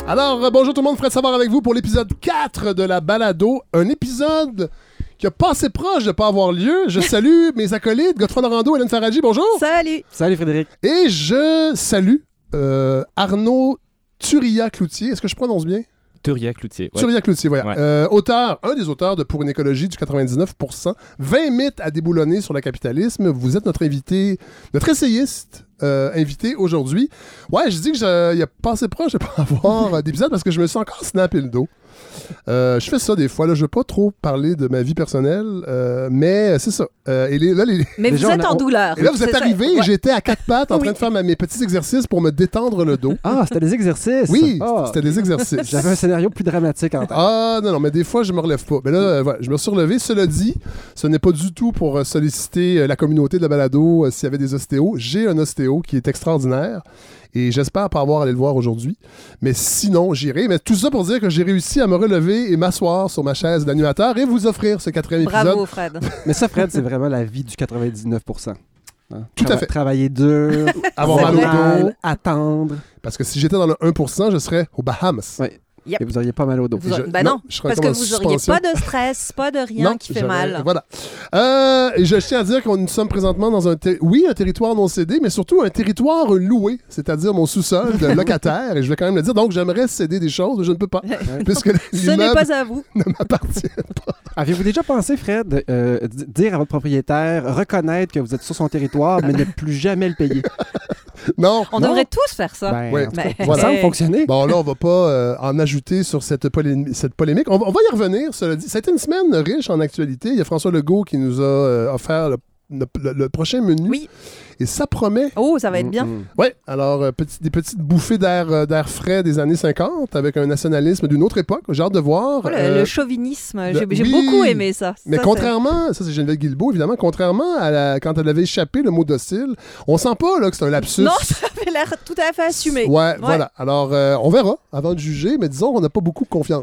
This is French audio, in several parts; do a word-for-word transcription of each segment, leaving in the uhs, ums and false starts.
Alors, euh, bonjour tout le monde, Fred Savard avec vous pour l'épisode quatre de la balado. Un épisode qui a passé proche de ne pas avoir lieu. Je salue mes acolytes, Godefroy Norando, Hélène Faradji, bonjour. Salut. Salut Frédéric. Et je salue euh, Arnaud Turia-Cloutier. Est-ce que je prononce bien? Turia-Cloutier. Ouais. Turia-Cloutier, voilà. Ouais. Euh, auteur, un des auteurs de Pour une écologie du quatre-vingt-dix-neuf pour cent. vingt mythes à déboulonner sur le capitalisme. Vous êtes notre invité, notre essayiste euh, invité aujourd'hui. Ouais, je dis que je, il a passé proche de ne pas avoir d'épisode parce que je me suis encore snappé le dos. Euh, je fais ça des fois. Là, je ne veux pas trop parler de ma vie personnelle, euh, mais c'est ça. Euh, et les, là, les... Mais Déjà, vous êtes on a- en douleur. Et là, vous êtes C'est ça. arrivé et Ouais. j'étais à quatre pattes en Oui. train de faire ma- mes petits exercices pour me détendre le dos. Ah, c'était des exercices. Oui, Ah, c'était des exercices. J'avais un scénario plus dramatique en tête. Ah non, non, mais des fois, je me relève pas. Mais là, euh, voilà, je me suis relevé. Cela dit, ce n'est pas du tout pour euh, solliciter euh, la communauté de la balado euh, s'il y avait des ostéos. J'ai un ostéo qui est extraordinaire et j'espère pas avoir à aller le voir aujourd'hui. Mais sinon, j'irai. Mais tout ça pour dire que j'ai réussi à me relever et m'asseoir sur ma chaise d'animateur et vous offrir ce quatrième épisode. Bravo, Fred. Mais ça, Fred, c'est vraiment la vie du quatre-vingt-dix-neuf pour cent. Hein? Tout à Trava- fait. Travailler dur, Avoir C'est mal au dos. attendre. Parce que si j'étais dans le un pour cent, je serais aux Bahamas. Ouais. Yep. Et vous auriez pas mal au dos. Vous a- Je- Ben non, non, je serais parce comme que en vous n'auriez suspension. pas de stress, pas de rien Non, qui fait j'aurais- mal. Voilà. Euh, et je tiens à dire qu'on nous sommes présentement dans un, ter- oui, un territoire non cédé, mais surtout un territoire loué, c'est-à-dire mon sous-sol de locataire. Et je vais quand même le dire. Donc, j'aimerais céder des choses, mais je ne peux pas, puisque Ce n'est l'immeuble pas à vous. ne m'appartient pas. Aviez-vous déjà pensé, Fred, euh, d- dire à votre propriétaire, reconnaître que vous êtes sur son territoire, mais ne plus jamais le payer? Non. On non. devrait tous faire ça. Ben, Ouais. en tout cas, Mais- ça semble fonctionner. Bon, là, on va pas euh, en ajouter sur cette, polé- cette polémique. On va, on va y revenir, cela dit. Ça a été une semaine riche en actualité. Il y a François Legault qui nous a euh, offert le, le- le- le prochain menu. Oui. Et ça promet. Oh, ça va être bien. Mm, mm. Oui, alors euh, petit- des petites bouffées d'air, euh, d'air frais des années cinquante avec un nationalisme d'une autre époque. J'ai hâte de voir. Oh, le, Euh, le chauvinisme, le- j'ai j'ai oui. beaucoup aimé ça. mais Ça, contrairement, ça c'est Geneviève Guilbeault évidemment, contrairement à la- quand elle avait échappé le mot docile, on sent pas là, que c'est un c'est- lapsus. Non, ça avait l'air tout à fait assumé. Ouais, voilà. Alors, euh, on verra avant de juger, mais disons qu'on n'a pas beaucoup de confiance.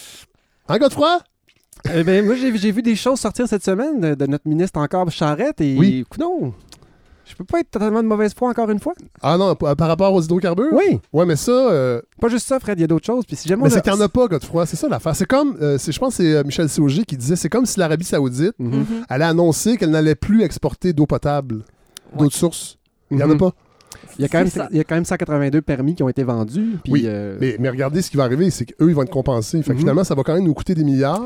Hein, Godefroy? Eh ben, moi, j'ai j'ai vu des choses sortir cette semaine de, de notre ministre encore Charette et Oui. non, je peux pas être totalement de mauvaise foi encore une fois. Ah non, p- par rapport aux hydrocarbures? Oui, Ouais, mais ça, euh, pas juste ça, Fred, il y a d'autres choses. Puis si jamais mais on c'est a- qu'il n'y en a pas, Godefroy. C'est ça l'affaire. C'est comme, euh, c'est- je pense que c'est euh, Michel Sauger qui disait, c'est comme si l'Arabie Saoudite Mhm. Mhm. allait annoncer qu'elle n'allait plus exporter d'eau potable d'autres sources. Il n'y en a Mhm. pas. Il y a quand même, C'est ça. il y a quand même cent quatre-vingt-deux permis qui ont été vendus. Puis, Oui, euh, Mais, mais regardez ce qui va arriver, c'est qu'eux, ils vont être compensés. Fait que Mhm. finalement, ça va quand même nous coûter des milliards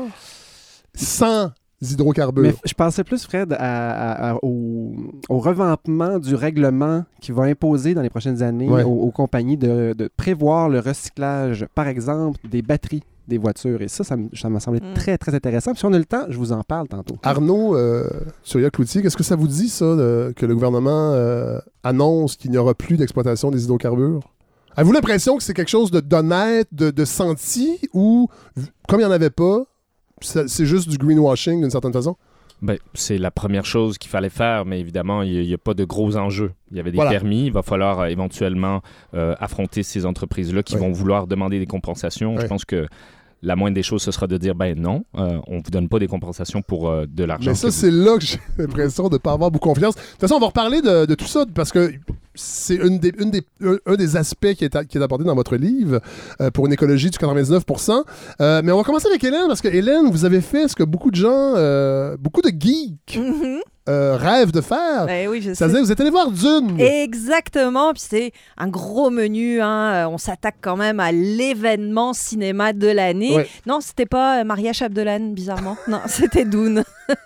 sans hydrocarbures. mais je pensais plus, Fred, à- à- à- au, au revampement du règlement qui va imposer dans les prochaines années Ouais. aux, aux compagnies de, de prévoir le recyclage, par exemple, des batteries des voitures. Et ça, ça, me- ça m'a semblé Mm. très, très intéressant. Puis si on a le temps, je vous en parle tantôt. Arnaud euh, Turia-Cloutier, qu'est-ce que ça vous dit, ça, de- que le gouvernement euh, annonce qu'il n'y aura plus d'exploitation des hydrocarbures? Avez-vous l'impression que c'est quelque chose de d'honnête, de, de senti, ou, v- comme il n'y en avait pas, ça- c'est juste du greenwashing d'une certaine façon? Ben, c'est la première chose qu'il fallait faire, mais évidemment, il n'y a, pas de gros enjeux. Il y avait des Voilà. permis, il va falloir euh, éventuellement euh, affronter ces entreprises-là qui Ouais. vont vouloir demander des compensations. Ouais. Je pense que la moindre des choses, ce sera de dire, ben non, euh, on ne vous donne pas des compensations pour euh, de l'argent. Mais ça, que vous- c'est là que j'ai l'impression de ne pas avoir beaucoup confiance. De toute façon, on va reparler de, de tout ça parce que c'est une des, une des, un, un des aspects qui est, a- qui est apporté dans votre livre euh, pour une écologie du quatre-vingt-dix-neuf pour cent. Euh, mais on va commencer avec Hélène parce que Hélène, vous avez fait ce que beaucoup de gens, euh, beaucoup de geeks Mhm. euh, rêvent de faire. Ben oui, je sais. C'est-à-dire, vous êtes allé voir Dune. Exactement, puis c'est un gros menu, hein. On s'attaque quand même à l'événement cinéma de l'année. Ouais. Non, c'était pas euh, Maria Chapdelaine, bizarrement. Non, c'était Dune.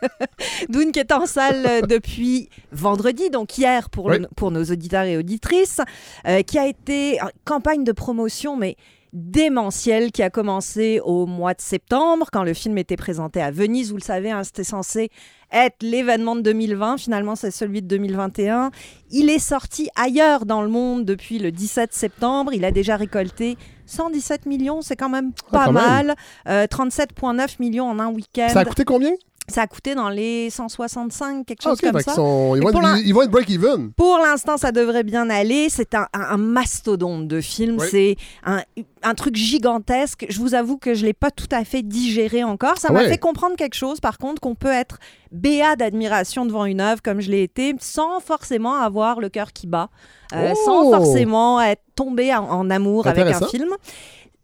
Dune qui est en salle euh, depuis vendredi, donc hier pour, le- Ouais. pour nos auditeurs et auditrices, euh, qui a été euh, campagne de promotion, mais démentielle, qui a commencé au mois de septembre, quand le film était présenté à Venise. Vous le savez, hein, c'était censé être l'événement de deux mille vingt. Finalement, c'est celui de deux mille vingt et un. Il est sorti ailleurs dans le monde depuis le dix-sept septembre. Il a déjà récolté cent dix-sept millions, c'est quand même Ah, pas quand mal. Euh, trente-sept virgule neuf millions en un week-end. Ça a coûté combien? Ça a coûté dans les cent soixante-cinq, quelque Ah, chose ok, comme fait ça. qu'ils sont- ils, Et vont pour être, la- ils- ils vont être break-even. Pour l'instant, ça devrait bien aller. C'est un, un- un mastodonte de film. Oui. C'est un, un truc gigantesque. Je vous avoue que je ne l'ai pas tout à fait digéré encore. Ça Ah m'a ouais. fait comprendre quelque chose, par contre, qu'on peut être béat d'admiration devant une œuvre comme je l'ai été, sans forcément avoir le cœur qui bat, euh, Oh! sans forcément être tombé en, en amour avec un Intéressant. film.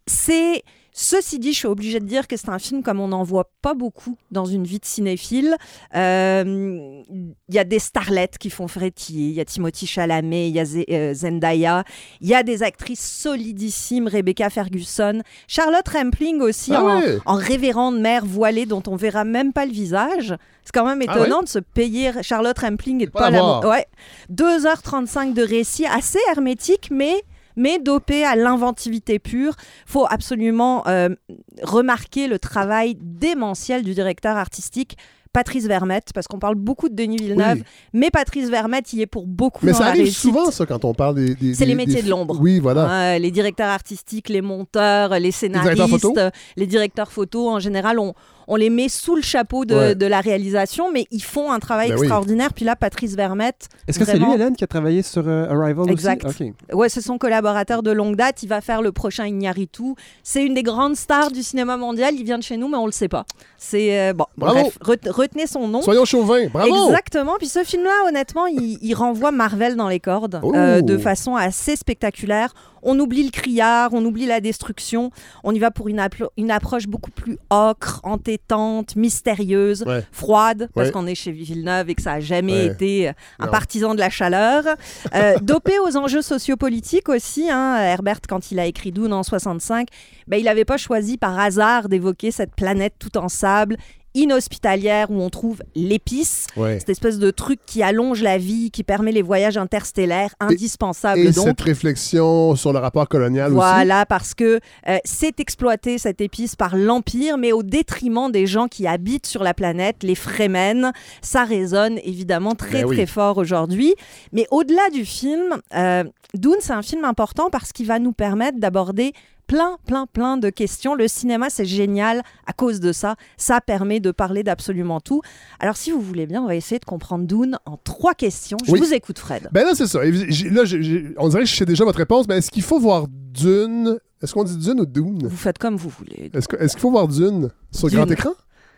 c'est... Ceci dit, je suis obligée de dire que c'est un film comme on n'en voit pas beaucoup dans une vie de cinéphile. Il euh, y a des starlettes qui font frétiller, il y a Timothée Chalamet, il y a Z- euh, Zendaya, il y a des actrices solidissimes, Rebecca Ferguson, Charlotte Rampling aussi, Ah en, ouais. en révérende mère voilée dont on verra même pas le visage. C'est quand même étonnant Ah ouais? de se payer Charlotte Rampling et de Pas pas la la... voir. Ouais. deux heures trente-cinq de récit, assez hermétique, mais... mais dopé à l'inventivité pure. Il faut absolument euh, remarquer le travail démentiel du directeur artistique Patrice Vermette, parce qu'on parle beaucoup de Denis Villeneuve, Oui. mais Patrice Vermette y est pour beaucoup Mais dans ça la arrive réussite. souvent, ça, quand on parle des... des C'est des- les métiers des- de l'ombre. Oui, voilà. Hein, les directeurs artistiques, les monteurs, les directeurs scénaristes, photo? euh, les directeurs photo, en général, on, on les met sous le chapeau de, Ouais. de la réalisation, mais ils font un travail Ben oui. extraordinaire. Puis là, Patrice Vermette... Est-ce que c'est vraiment- lui, Hélène, qui a travaillé sur euh, Arrival Exact. aussi? OK. Ouais, c'est son collaborateur de longue date. Il va faire le prochain Iñárritu. C'est une des grandes stars du cinéma mondial. Il vient de chez nous, mais on le sait pas. C'est euh, bon. Bravo. Bref, ret- retenez son nom. Soyons chauvins. Bravo! Exactement. Puis ce film-là, honnêtement, il, il renvoie Marvel dans les cordes Oh. euh, de façon assez spectaculaire. On oublie le criard, on oublie la destruction. On y va pour une, appro- une approche beaucoup plus ocre, entêtante, mystérieuse, Ouais. froide, parce Ouais. qu'on est chez Villeneuve et que ça a jamais Ouais. été un Non. partisan de la chaleur. Euh, dopé aux enjeux sociopolitiques aussi. Hein, Herbert, quand il a écrit Dune en soixante-cinq, ben, il n'avait pas choisi par hasard d'évoquer cette planète tout en sable, inhospitalière, où on trouve l'épice, Ouais. cette espèce de truc qui allonge la vie, qui permet les voyages interstellaires, indispensables Et donc. cette réflexion sur le rapport colonial aussi. Voilà, parce que euh, c'est exploité, cette épice, par l'Empire, mais au détriment des gens qui habitent sur la planète, les Fremen. Ça résonne évidemment très, Ben oui. très fort aujourd'hui. Mais au-delà du film, euh, Dune, c'est un film important parce qu'il va nous permettre d'aborder plein, plein, plein de questions. Le cinéma, c'est génial à cause de ça. Ça permet de parler d'absolument tout. Alors, si vous voulez bien, on va essayer de comprendre Dune en trois questions. Je Oui. vous écoute, Fred. Ben là, c'est ça. Et j'ai- Là, j'ai- j'ai- on dirait que je sais déjà votre réponse, mais est-ce qu'il faut voir Dune... Est-ce qu'on dit Dune ou Dune? Vous faites comme vous voulez. Est-ce que- est-ce qu'il faut voir Dune sur Dune. grand écran?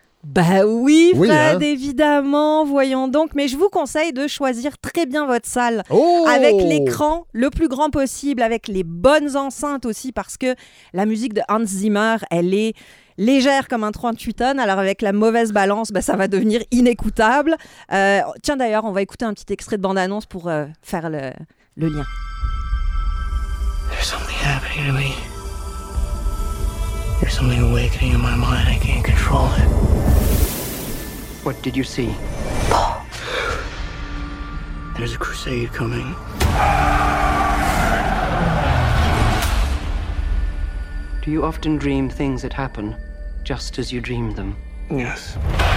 Bah oui, Oui, Fred, hein. évidemment, voyons donc. Mais je vous conseille de choisir très bien votre salle. Oh! Avec l'écran le plus grand possible, avec les bonnes enceintes aussi, parce que la musique de Hans Zimmer, elle est légère comme un trente-huit tonnes, alors avec la mauvaise balance, bah, ça va devenir inécoutable. Euh, tiens, d'ailleurs, on va écouter un petit extrait de bande-annonce pour euh, faire le, le lien. There's something happening to me. There's something awakening in my mind. I can't control it. What did you see? There's a crusade coming. Do you often dream things that happen just as you dreamed them? Yes.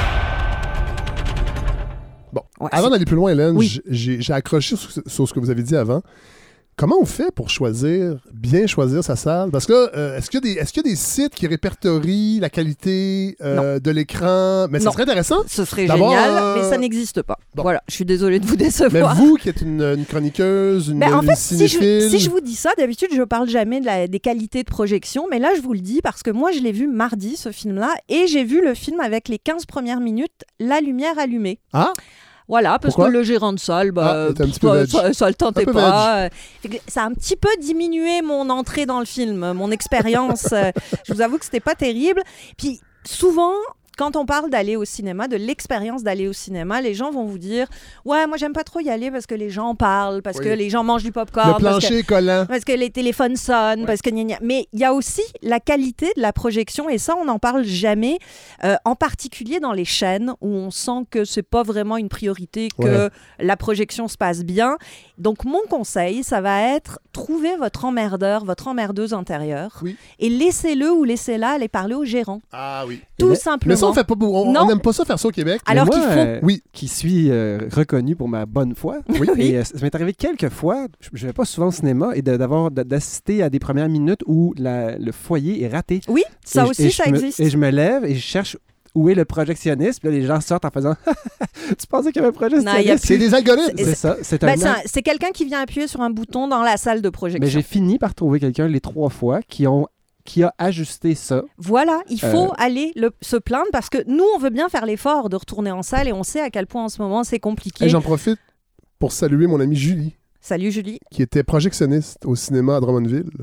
Bon, Ouais, avant c'est- d'aller plus loin, Hélène, Oui. j- j'ai j'ai accroché sur, sur ce que vous avez dit avant. Comment on fait pour choisir, bien choisir sa salle? Parce que là, euh, est-ce qu'il y a des, est-ce qu'il y a des sites qui répertorient la qualité euh, de l'écran? Mais ça Non. serait intéressant. Ce serait D'abord, génial, euh, mais ça n'existe pas. bon. Voilà, je suis désolée de vous Mais décevoir. vous, qui êtes une, une chroniqueuse, une, Ben, en une fait, si je, cinéphile... si je vous dis ça, d'habitude, je parle jamais de la- des qualités de projection, mais là, je vous le dis parce que moi, je l'ai vu mardi, ce film-là, et j'ai vu le film avec les quinze premières minutes, la lumière allumée. Ah? Voilà, parce Pourquoi? que le gérant de salle, bah, Ah, était un petit pff, peu veg. ça, ça le tentait Un peu pas. Euh, fait que ça a un petit peu diminué mon entrée dans le film, mon expérience. euh, je vous avoue que c'était pas terrible. Puis souvent, quand on parle d'aller au cinéma, de l'expérience d'aller au cinéma, les gens vont vous dire « Ouais, moi, j'aime pas trop y aller parce que les gens parlent, parce Oui. que les gens mangent du popcorn. Le parce que- plancher est collant. parce que les téléphones sonnent, Ouais. parce que gna gna. Mais il y a aussi la qualité de la projection, et ça, on n'en parle jamais, euh, en particulier dans les chaînes, où on sent que c'est pas vraiment une priorité, que Ouais. la projection se passe bien. Donc, mon conseil, ça va être trouver votre emmerdeur, votre emmerdeuse intérieure, Oui. et laissez-le ou laissez-la aller parler au gérant. Ah oui. Tout Mais- simplement. Mais ça, on fait pas... On Non. on n'aime pas ça faire ça au Québec. Alors Mais moi, qu'il faut... euh, Oui. qui suis euh, reconnu pour ma bonne foi. Oui. Et euh, ça m'est arrivé quelques fois, je ne vais pas souvent au cinéma, et de- d'avoir d- d'assister à des premières minutes où la- le foyer est raté. Oui, ça Et je- aussi, et ça je me- existe. Et je me lève et je cherche où est le projectionniste. Puis là, les gens sortent en faisant Tu pensais qu'il y avait un projectionniste? Non, il y a C'est des algorithmes. C'est ça. C'est Ben, un c'est an- un- c'est quelqu'un qui vient appuyer sur un bouton dans la salle de projection. Mais j'ai fini par trouver quelqu'un les trois fois qui, ont, qui a ajusté ça. Voilà, il faut Euh. aller le- se plaindre parce que nous, on veut bien faire l'effort de retourner en salle et on sait à quel point en ce moment c'est compliqué. Et j'en profite pour saluer mon amie Julie, Salut Julie. qui était projectionniste au cinéma à Drummondville.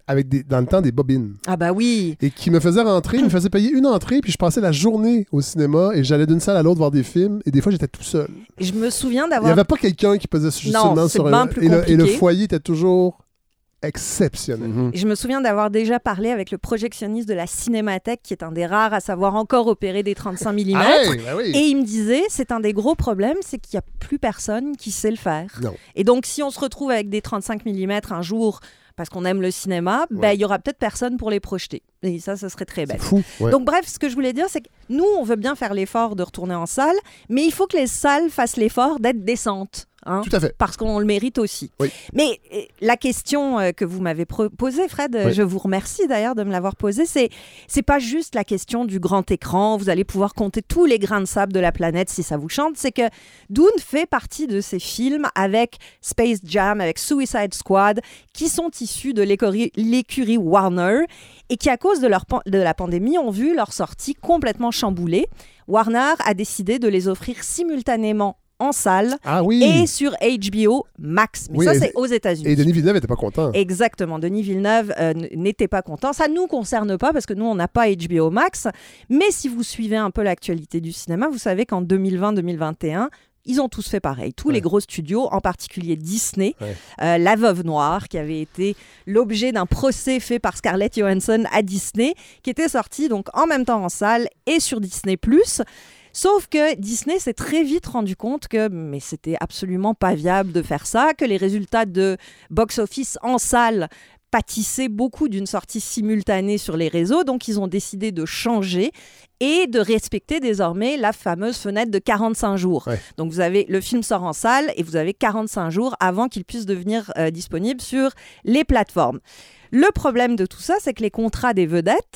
avec des, dans le temps des bobines. Ah bah oui. Et qui me faisait rentrer, il me faisait payer une entrée, puis je passais la journée au cinéma et j'allais d'une salle à l'autre voir des films. Et des fois, j'étais tout seul. Je me souviens Il n'y d'avoir... avait pas quelqu'un qui pesait justement Non, c'est sur bien un... plus et, le, et le compliqué. foyer était toujours exceptionnel. Mhm. Je me souviens d'avoir déjà parlé avec le projectionniste de la Cinémathèque, qui est un des rares à savoir encore opérer des trente-cinq millimètres. Ah, hey, ben oui. Et il me disait, c'est un des gros problèmes, c'est qu'il n'y a plus personne qui sait le faire. Non. Et donc, si on se retrouve avec des trente-cinq millimètres un jour, parce qu'on aime le cinéma, Ouais. ben, il y aura peut-être personne pour les projeter. Et ça, ça serait très C'est bête. fou. Ouais. Donc bref, ce que je voulais dire, c'est que nous, on veut bien faire l'effort de retourner en salle, mais il faut que les salles fassent l'effort d'être décentes. Hein, Tout à fait. parce qu'on le mérite aussi. Oui. Mais euh, la question euh, que vous m'avez pro- posée, Fred, euh, Oui. je vous remercie d'ailleurs de me l'avoir posée, c'est c'est pas juste la question du grand écran, vous allez pouvoir compter tous les grains de sable de la planète si ça vous chante, c'est que Dune fait partie de ces films avec Space Jam, avec Suicide Squad, qui sont issus de l'écurie, l'écurie Warner et qui, à cause de, leur pan- de la pandémie, ont vu leur sortie complètement chamboulée. Warner a décidé de les offrir simultanément en salle Ah oui. et sur H B O Max. Mais Oui, ça, et- c'est aux États-Unis. Et Denis Villeneuve n'était pas content. Exactement. Denis Villeneuve euh, n- n'était pas content. Ça ne nous concerne pas parce que nous, on n'a pas H B O Max. Mais si vous suivez un peu l'actualité du cinéma, vous savez qu'en deux mille vingt deux mille vingt et un, ils ont tous fait pareil. Tous Ouais. les gros studios, en particulier Disney, Ouais. euh, La Veuve Noire, qui avait été l'objet d'un procès fait par Scarlett Johansson à Disney, qui était sorti donc en même temps en salle et sur Disney plus. Sauf que Disney s'est très vite rendu compte que mais c'était absolument pas viable de faire ça, que les résultats de box-office en salle pâtissaient beaucoup d'une sortie simultanée sur les réseaux, donc ils ont décidé de changer et de respecter désormais la fameuse fenêtre de quarante-cinq jours. Ouais. Donc vous avez le film sort en salle et vous avez quarante-cinq jours avant qu'il puisse devenir euh, disponible sur les plateformes. Le problème de tout ça, c'est que les contrats des vedettes,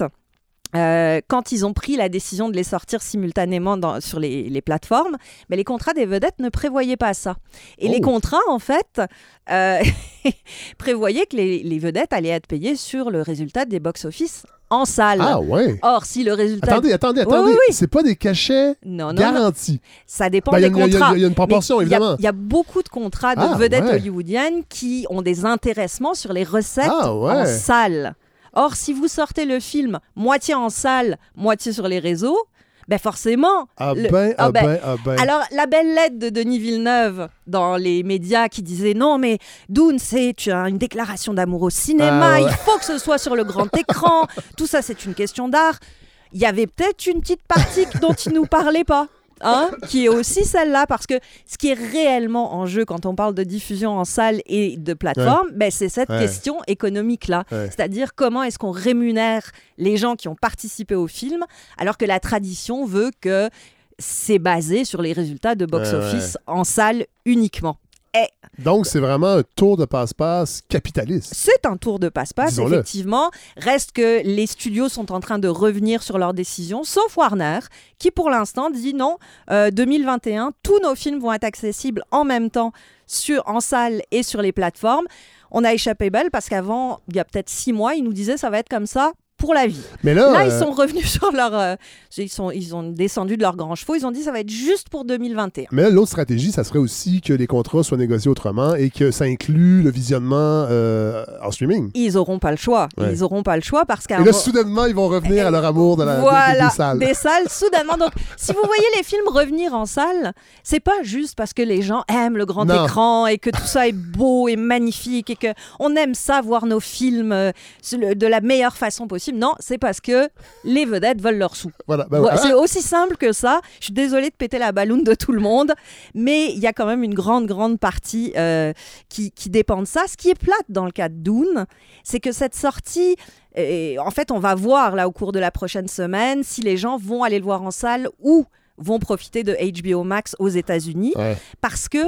Euh, quand ils ont pris la décision de les sortir simultanément dans, sur les, les plateformes, mais les contrats des vedettes ne prévoyaient pas ça. Et Oh. les contrats, en fait, euh, prévoyaient que les, les vedettes allaient être payées sur le résultat des box-office en salle. Ah ouais. Or, si le résultat... Attendez, attendez, Oui, attendez. oui, oui. C'est pas des cachets Non, non, non. garantis. Ça dépend Ben, il y a des une- il y a- contrats. il y a une proportion, Mais il y a- évidemment. Il y, a beaucoup de contrats de Ah, vedettes ouais. hollywoodiennes qui ont des intéressements sur les recettes Ah, ouais. en salle. Or, si vous sortez le film moitié en salle, moitié sur les réseaux, ben forcément... Ah le- ben, ah ah ben, ben, ah ben. Alors, la belle lettre de Denis Villeneuve dans les médias qui disait « Non, mais Dune, c'est tu as une déclaration d'amour au cinéma, Ah, ouais. il faut que ce soit sur le grand écran, tout ça, c'est une question d'art. » Il y avait peut-être une petite partie dont il ne nous parlait pas. Hein, qui est aussi celle-là, parce que ce qui est réellement en jeu quand on parle de diffusion en salle et de plateforme, ben, c'est cette Ouais. question économique-là. Ouais. C'est-à-dire comment est-ce qu'on rémunère les gens qui ont participé au film, alors que la tradition veut que c'est basé sur les résultats de box-office en salle uniquement. Donc, c'est vraiment un tour de passe-passe capitaliste. C'est un tour de passe-passe, Disons-le. effectivement. Reste que les studios sont en train de revenir sur leurs décisions, sauf Warner, qui pour l'instant dit non, euh, deux mille vingt et un, tous nos films vont être accessibles en même temps sur, en salle et sur les plateformes. On a échappé belle parce qu'avant, il y a peut-être six mois, ils nous disaient ça va être comme ça pour la vie. Mais là, Là, euh, ils sont revenus sur leur... euh, ils, sont, ils ont descendu de leurs grands chevaux, ils ont dit ça va être juste pour deux mille vingt et un. mais là, l'autre stratégie, ça serait aussi que les contrats soient négociés autrement et que ça inclut le visionnement euh, en streaming. Ils n'auront pas le choix. Ouais. Ils n'auront pas le choix parce qu'à Et là, soudainement, ils vont revenir à leur amour de la, des- voilà, des, des salles. des salles, soudainement. Donc, si vous voyez les films revenir en salle, c'est pas juste parce que les gens aiment le grand Non. écran et que tout ça est beau et magnifique et que on aime ça, voir nos films euh, de la meilleure façon possible. Non, c'est parce que les vedettes veulent leur sous. Voilà. Ben, Ouais, ah, c'est aussi simple que ça. Je suis désolée de péter la balloune de tout le monde, mais il y a quand même une grande, grande partie euh, qui, qui dépend de ça. Ce qui est plate dans le cas de Dune, c'est que cette sortie, euh, en fait, on va voir là au cours de la prochaine semaine si les gens vont aller le voir en salle ou vont profiter de H B O Max aux États-Unis, ouais. parce que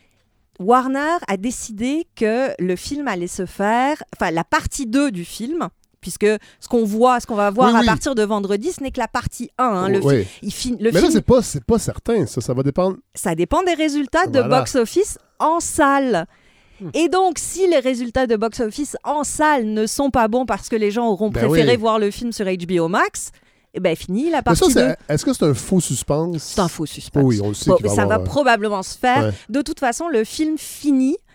Warner a décidé que le film allait se faire, enfin la partie deux du film, puisque ce qu'on voit, ce qu'on va voir Oui, à oui. partir de vendredi, ce n'est que la partie un. Hein, le Ouais. fi- il fin- le Mais film, là, c'est pas, c'est pas certain. Ça, ça va dépendre. ça dépend des résultats de Voilà. box-office en salle. Hmm. Et donc, si les résultats de box-office en salle ne sont pas bons parce que les gens auront Ben préféré oui. voir le film sur H B O Max, eh ben fini la Mais partie ça, deux. c'est- est-ce que c'est un faux suspense? C'est un faux suspense. Oh oui, on le sait Bon, qu'il va ça avoir, va euh, probablement se faire. ouais. De toute façon, le film finit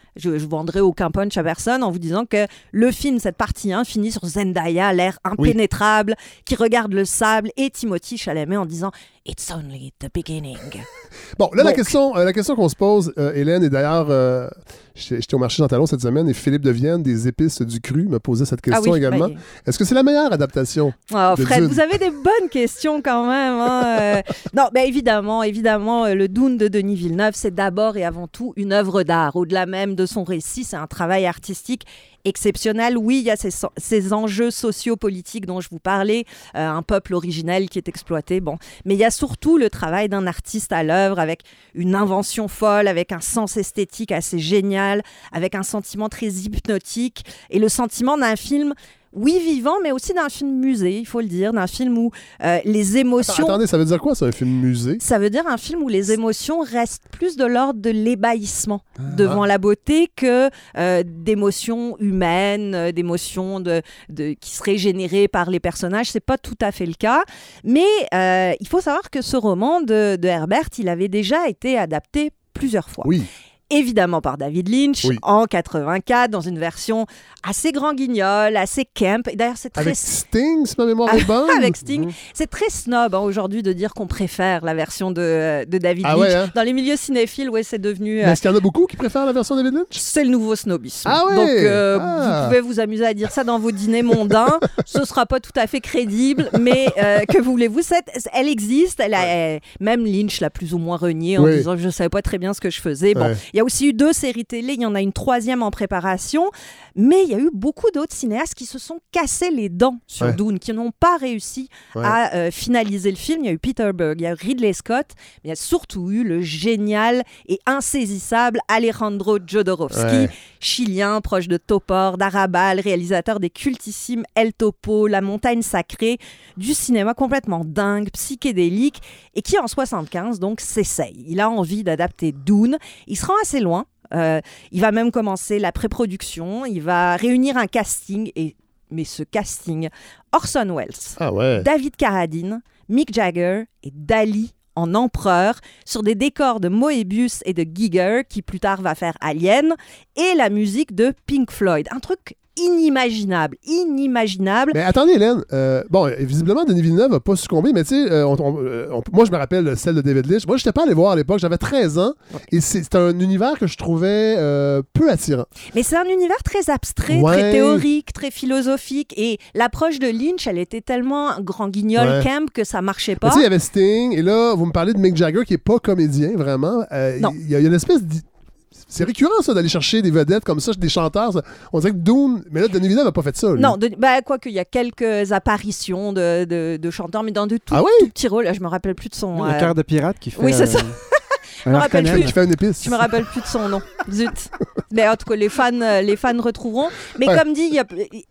Je, je vendrai aucun punch à personne en vous disant que le film, cette partie un, finit sur Zendaya, l'air impénétrable, oui. qui regarde le sable, et Timothée Chalamet en disant « It's only the beginning ». Bon, là, Donc, la question, euh, la question qu'on se pose, euh, Hélène, et d'ailleurs, euh, j'étais au marché Jean Talon cette semaine et Philippe de Vienne, des Épices du Cru, me posait cette question ah oui, également. bah, Est-ce que c'est la meilleure adaptation Oh, de Fred, Dune? vous avez des bonnes questions quand même. Hein, euh... Non, mais évidemment, évidemment, euh, le Dune de Denis Villeneuve, c'est d'abord et avant tout une œuvre d'art. Au-delà même de son récit, c'est un travail artistique exceptionnel. Oui, il y a ces, ces enjeux sociopolitiques dont je vous parlais, euh, un peuple originel qui est exploité, bon. Mais il y a surtout le travail d'un artiste à l'œuvre avec une invention folle, avec un sens esthétique assez génial, avec un sentiment très hypnotique et le sentiment d'un film... Oui, vivant, mais aussi d'un film musée, il faut le dire, d'un film où euh, les émotions... Attends, attendez, ça veut dire quoi, c'est un film musée? Ça veut dire un film où les émotions restent plus de l'ordre de l'ébahissement ah. devant la beauté que euh, d'émotions humaines, euh, d'émotions de, de, qui seraient générées par les personnages. C'est pas tout à fait le cas. Mais euh, il faut savoir que ce roman de, de Herbert, il avait déjà été adapté plusieurs fois. Oui. Évidemment par David Lynch, oui. en quatre-vingt-quatre, dans une version assez grand guignol, assez camp. Et d'ailleurs, c'est très... Avec Sting, si ma mémoire est bonne. Avec Sting. Mmh. C'est très snob hein, aujourd'hui de dire qu'on préfère la version de, de David ah Lynch. Ouais, hein? Dans les milieux cinéphiles, ouais, c'est devenu... Mais est-ce qu'il y en a beaucoup qui préfèrent la version de David Lynch? C'est le nouveau snobisme. Ah ouais? Donc, euh, ah. vous pouvez vous amuser à dire ça dans vos dîners mondains. Ce ne sera pas tout à fait crédible, mais euh, que voulez-vous, cette, elle existe. Elle a, ouais. Même Lynch l'a plus ou moins renié en oui. disant que je ne savais pas très bien ce que je faisais. Bon, ouais. Il y a aussi eu deux séries télé, il y en a une troisième en préparation, mais il y a eu beaucoup d'autres cinéastes qui se sont cassés les dents sur ouais. Dune, qui n'ont pas réussi ouais. à euh, finaliser le film. Il y a eu Peter Berg, il y a eu Ridley Scott, mais il y a surtout eu le génial et insaisissable Alejandro Jodorowsky, ouais. chilien, proche de Topor, d'Arrabal, réalisateur des cultissimes El Topo, La Montagne Sacrée, du cinéma complètement dingue, psychédélique, et qui en soixante-quinze donc s'essaye. Il a envie d'adapter Dune, il se rend assez loin. Euh, il va même commencer la pré-production, il va réunir un casting, et, mais ce casting, Orson Welles, ah ouais. David Carradine, Mick Jagger et Dali en empereur, sur des décors de Moebius et de Giger, qui plus tard va faire Alien, et la musique de Pink Floyd. Un truc inimaginable, inimaginable. Mais attendez, Hélène, euh, bon, visiblement, Denis Villeneuve n'a pas succombé, mais tu sais, euh, on, on, on, moi, je me rappelle celle de David Lynch. Moi, je n'étais pas allé voir à l'époque, j'avais treize ans, ouais. et c'est, c'est un univers que je trouvais euh, peu attirant. Mais c'est un univers très abstrait, ouais. très théorique, très philosophique, et l'approche de Lynch, elle était tellement grand guignol ouais. camp que ça marchait pas. Tu sais, il y avait Sting, et là, vous me parlez de Mick Jagger, qui n'est pas comédien, vraiment. Euh, non. Il y, y a une espèce d'... C'est récurrent, ça, d'aller chercher des vedettes comme ça, des chanteurs. Ça. On dirait que Dune... Mais là, Denis Villeneuve n'a pas fait ça, lui. Non, de... bah, quoi qu'il y a quelques apparitions de, de, de chanteurs, mais dans de tout, ah oui? tout petits rôles. Là, je me rappelle plus de son... Le euh... cœur de pirate qui fait... Oui, c'est ça. Euh... Je me rappelle plus. Qui fait une épice. Je me rappelle plus de son nom. Zut. Mais en tout cas, les fans, les fans retrouveront. Mais ouais. comme dit, il y a...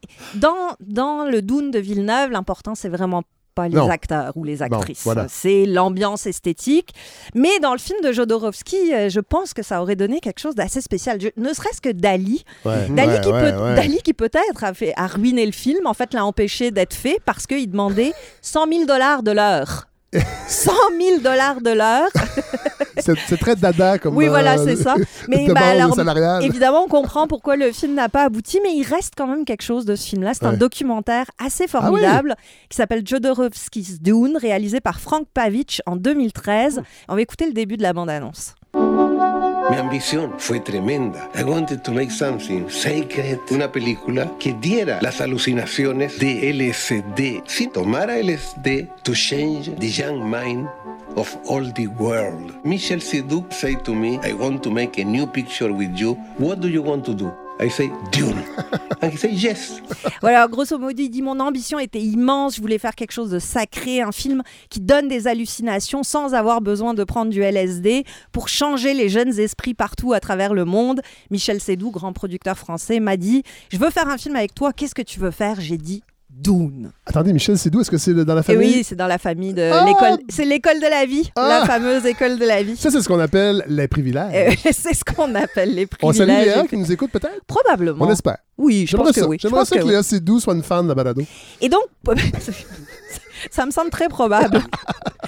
dans, dans le Dune de Villeneuve, l'important, c'est vraiment pas les non. acteurs ou les actrices. Bon, voilà. C'est l'ambiance esthétique. Mais dans le film de Jodorowsky, je pense que ça aurait donné quelque chose d'assez spécial. Je, ne serait-ce que Dali. Ouais. Dali, ouais, qui ouais, peut, ouais. Dali qui peut-être a, fait, a ruiné le film, en fait l'a empêché d'être fait parce qu'il demandait cent mille dollars de l'heure. cent mille dollars de l'heure. c'est, c'est très dada comme oui, voilà, c'est ça. Mais bah, alors, salariale. Évidemment, on comprend pourquoi le film n'a pas abouti, mais il reste quand même quelque chose de ce film-là. C'est ouais. un documentaire assez formidable ah oui. qui s'appelle Jodorowsky's Dune, réalisé par Frank Pavich en deux mille treize. On va écouter le début de la bande-annonce. Mi ambición fue tremenda. I wanted to make something sacred, una película que diera las alucinaciones de L S D. Si tomara L S D to change the young mind of all the world. Michel Seydoux said to me, I want to make a new picture with you. What do you want to do? I say, Dune. And he say, yes. Voilà, grosso modo, il dit, mon ambition était immense, je voulais faire quelque chose de sacré, un film qui donne des hallucinations sans avoir besoin de prendre du L S D pour changer les jeunes esprits partout à travers le monde. Michel Seydoux, grand producteur français, m'a dit, je veux faire un film avec toi, qu'est-ce que tu veux faire? J'ai dit, Dune. Attendez, Michel Seydoux, est-ce que c'est dans la famille? Et oui, c'est dans la famille de ah! l'école. C'est l'école de la vie, ah! la fameuse école de la vie. Ça, c'est ce qu'on appelle les privilèges. Euh, c'est ce qu'on appelle les privilèges. On salue Léa qui nous écoute peut-être? Probablement. On espère. Oui, je J'aimerais pense ça. que oui. J'aimerais je ça que, que Léa oui. Seydoux soit une fan de la balado. Et donc, ça me semble très probable.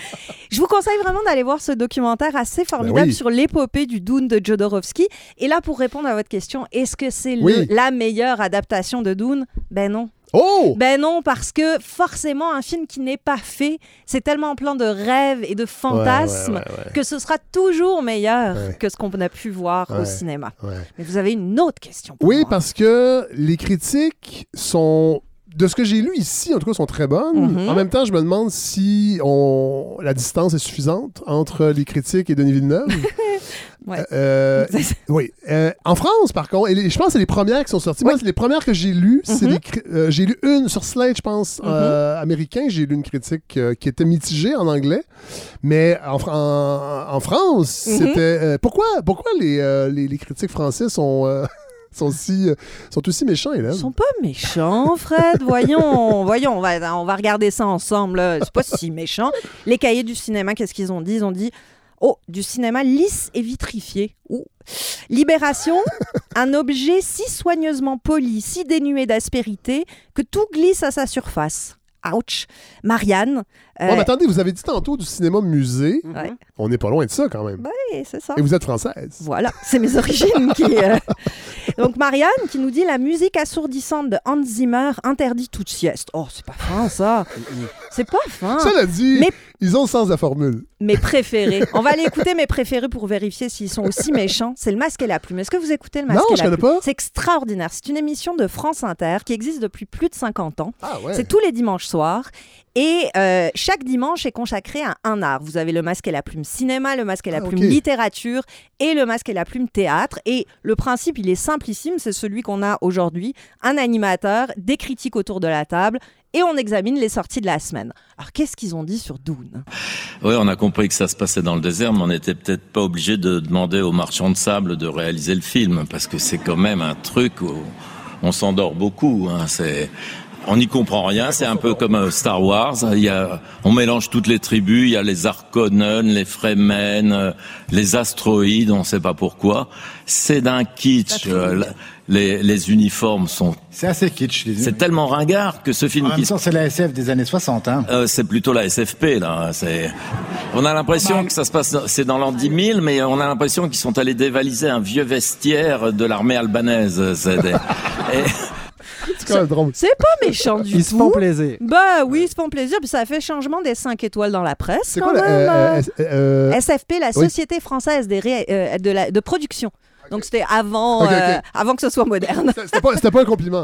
Je vous conseille vraiment d'aller voir ce documentaire assez formidable Ben oui. sur l'épopée du Dune de Jodorowsky. Et là, pour répondre à votre question, est-ce que c'est le- Oui. la meilleure adaptation de Dune? Ben non. Oh! Ben non, parce que forcément, un film qui n'est pas fait, c'est tellement plein de rêves et de fantasmes Ouais, ouais, ouais, ouais. que ce sera toujours meilleur Ouais. que ce qu'on a pu voir Ouais. au cinéma. Ouais. Mais vous avez une autre question pour Oui, moi. parce que les critiques sont... De ce que j'ai lu ici, en tout cas, sont très bonnes. Mhm. En même temps, je me demande si on... la distance est suffisante entre les critiques et Denis Villeneuve. Ouais. Euh, oui. Euh, en France, par contre, et les- je pense que c'est les premières qui sont sorties. Moi, Oui. c'est les premières que j'ai lues. c'est Mhm. les cri- euh, j'ai lu une sur Slate, je pense, Mhm. euh, américain. J'ai lu une critique euh, qui était mitigée en anglais. Mais en, Fr- en- en France, Mhm. c'était... euh, pourquoi pourquoi les, euh, les, les critiques français sont... euh, sont, si, euh, sont aussi méchants, Hélène? Ils sont pas méchants, Fred. Voyons, voyons, on va, on va regarder ça ensemble. là. C'est pas si méchant. Les cahiers du cinéma, qu'est-ce qu'ils ont dit? Ils ont dit oh, du cinéma lisse et vitrifié. Ouh. Libération, un objet si soigneusement poli, si dénué d'aspérité que tout glisse à sa surface. Ouch. Marianne. euh, Oh, mais attendez, vous avez dit tantôt du cinéma musée. ouais, On n'est pas loin de ça, quand même. ouais, c'est ça. Et vous êtes française. Voilà, c'est mes origines qui. euh, Donc Marianne qui nous dit la musique assourdissante de Hans Zimmer interdit toute sieste. Oh, c'est pas fin ça. C'est pas fin. Cela dit, Mais- ils ont le sens de la formule. Mes préférés. On va aller écouter mes préférés pour vérifier s'ils sont aussi méchants. C'est Le Masque et la Plume. Est-ce que vous écoutez Le Masque Non, et je la connais Plume? pas. C'est extraordinaire. C'est une émission de France Inter qui existe depuis plus de cinquante ans. Ah ouais. C'est tous les dimanches soirs. Et euh, chaque dimanche est consacré à un art. Vous avez Le Masque et la Plume cinéma, Le Masque et la Ah, Plume ok. littérature et Le Masque et la Plume théâtre. Et le principe, il est simplissime. C'est celui qu'on a aujourd'hui. Un animateur, des critiques autour de la table et on examine les sorties de la semaine. Alors, qu'est-ce qu'ils ont dit sur Dune? Oui, on a compris que ça se passait dans le désert, mais on n'était peut-être pas obligé de demander aux marchands de sable de réaliser le film, parce que c'est quand même un truc où on s'endort beaucoup. Hein. C'est... On n'y comprend rien, c'est un peu comme euh, Star Wars. Il y a, on mélange toutes les tribus, il y a les Harkonnen, les Fremen, euh, les astroïdes, on ne sait pas pourquoi. C'est d'un kitsch. euh, la- les, les uniformes sont... C'est assez kitsch. Les... C'est tellement ringard que ce film En même qui... temps, c'est la S F des années soixante. Hein. Euh, c'est plutôt la S F P, là. C'est... On a l'impression que ça se passe... C'est dans l'an dix mille, mais on a l'impression qu'ils sont allés dévaliser un vieux vestiaire de l'armée albanaise. C'est des... Et... C'est quand même drôle. C'est pas méchant du tout. Ils se font plaisir. Bah oui, ils se font plaisir. Puis ça fait changement des cinq étoiles dans la presse. C'est quand quoi la... même, euh, euh. euh, euh, S F P, la oui. Société française des ré- euh, de, la, de production. Donc c'était avant, Ok, ok. euh, avant que ce soit moderne. C'était pas, c'était pas un compliment.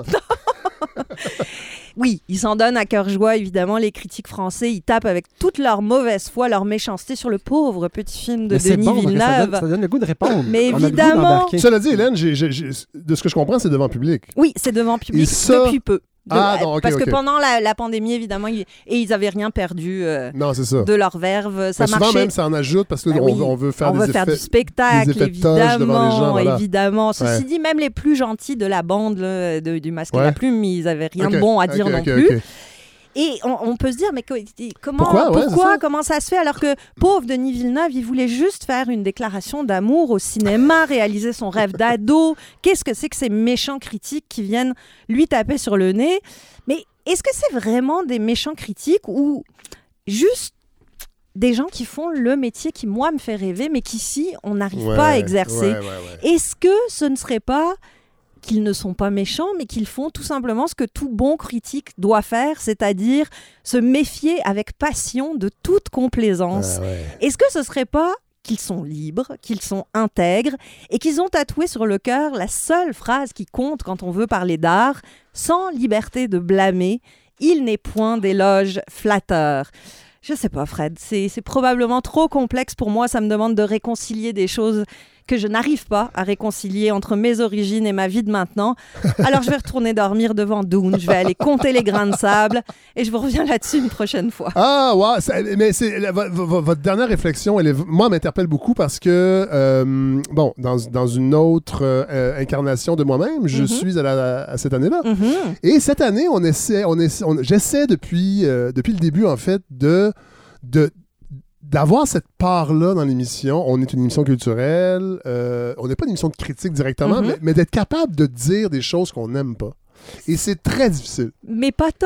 Oui, ils s'en donnent à cœur joie, évidemment. Les critiques français, ils tapent avec toute leur mauvaise foi, leur méchanceté sur le pauvre petit film de Mais c'est Denis bon, parce que ça Villeneuve. donne, ça donne le goût de répondre. Mais On a le goût évidemment. d'embarquer. Cela dit, Hélène, j'ai- j'ai- j'ai- de ce que je comprends, c'est devant public. Oui, c'est devant public Et ça- depuis peu. De- Ah, non, ok, parce ok. que pendant la, la pandémie, évidemment, ils, et ils n'avaient rien perdu euh, Non, c'est ça. de leur verve. Ça Mais souvent, marchait. même, ça en ajoute parce qu'on Ben oui. on veut faire on des veut effets. faire du spectacle, des effets de toge devant les gens, évidemment, voilà. évidemment. Ceci Ouais. dit, même les plus gentils de la bande là, de- du Masque et Ouais. la Plume, ils n'avaient rien de Ok, bon à ok, dire non ok, plus. ok. Et on, on peut se dire, mais co- comment, Pourquoi? Ouais, c'est ça. comment ça se fait alors que pauvre Denis Villeneuve, il voulait juste faire une déclaration d'amour au cinéma, réaliser son rêve d'ado. Qu'est-ce que c'est que ces méchants critiques qui viennent lui taper sur le nez? Mais est-ce que c'est vraiment des méchants critiques ou juste des gens qui font le métier qui, moi, me fait rêver, mais qu'ici, on n'arrive Ouais, pas à exercer? ouais, ouais, ouais. Est-ce que ce ne serait pas qu'ils ne sont pas méchants, mais qu'ils font tout simplement ce que tout bon critique doit faire, c'est-à-dire se méfier avec passion de toute complaisance? Ah, ouais. Est-ce que ce serait pas qu'ils sont libres, qu'ils sont intègres et qu'ils ont tatoué sur le cœur la seule phrase qui compte quand on veut parler d'art, sans liberté de blâmer, il n'est point d'éloge flatteur? Je sais pas, Fred, c'est c'est probablement trop complexe pour moi. Ça me demande de réconcilier des choses que je n'arrive pas à réconcilier entre mes origines et ma vie de maintenant. Alors je vais retourner dormir devant Dune, je vais aller compter les grains de sable et je vous reviens là-dessus une prochaine fois. Ah, ouais, ça- mais c'est, la- vo- vo- votre dernière réflexion, elle est, moi, m'interpelle beaucoup parce que, euh, bon, dans, dans une autre euh, incarnation de moi-même, je Mhm. suis à, la- à cette année-là. Mhm. Et cette année, on essaie, on essaie, on- j'essaie depuis, euh, depuis le début, en fait, de, de, d'avoir cette part-là dans l'émission. On est une émission culturelle, euh, on n'est pas une émission de critique directement, Mhm. mais, mais d'être capable de dire des choses qu'on n'aime pas. Et c'est très difficile. Mais pas tant.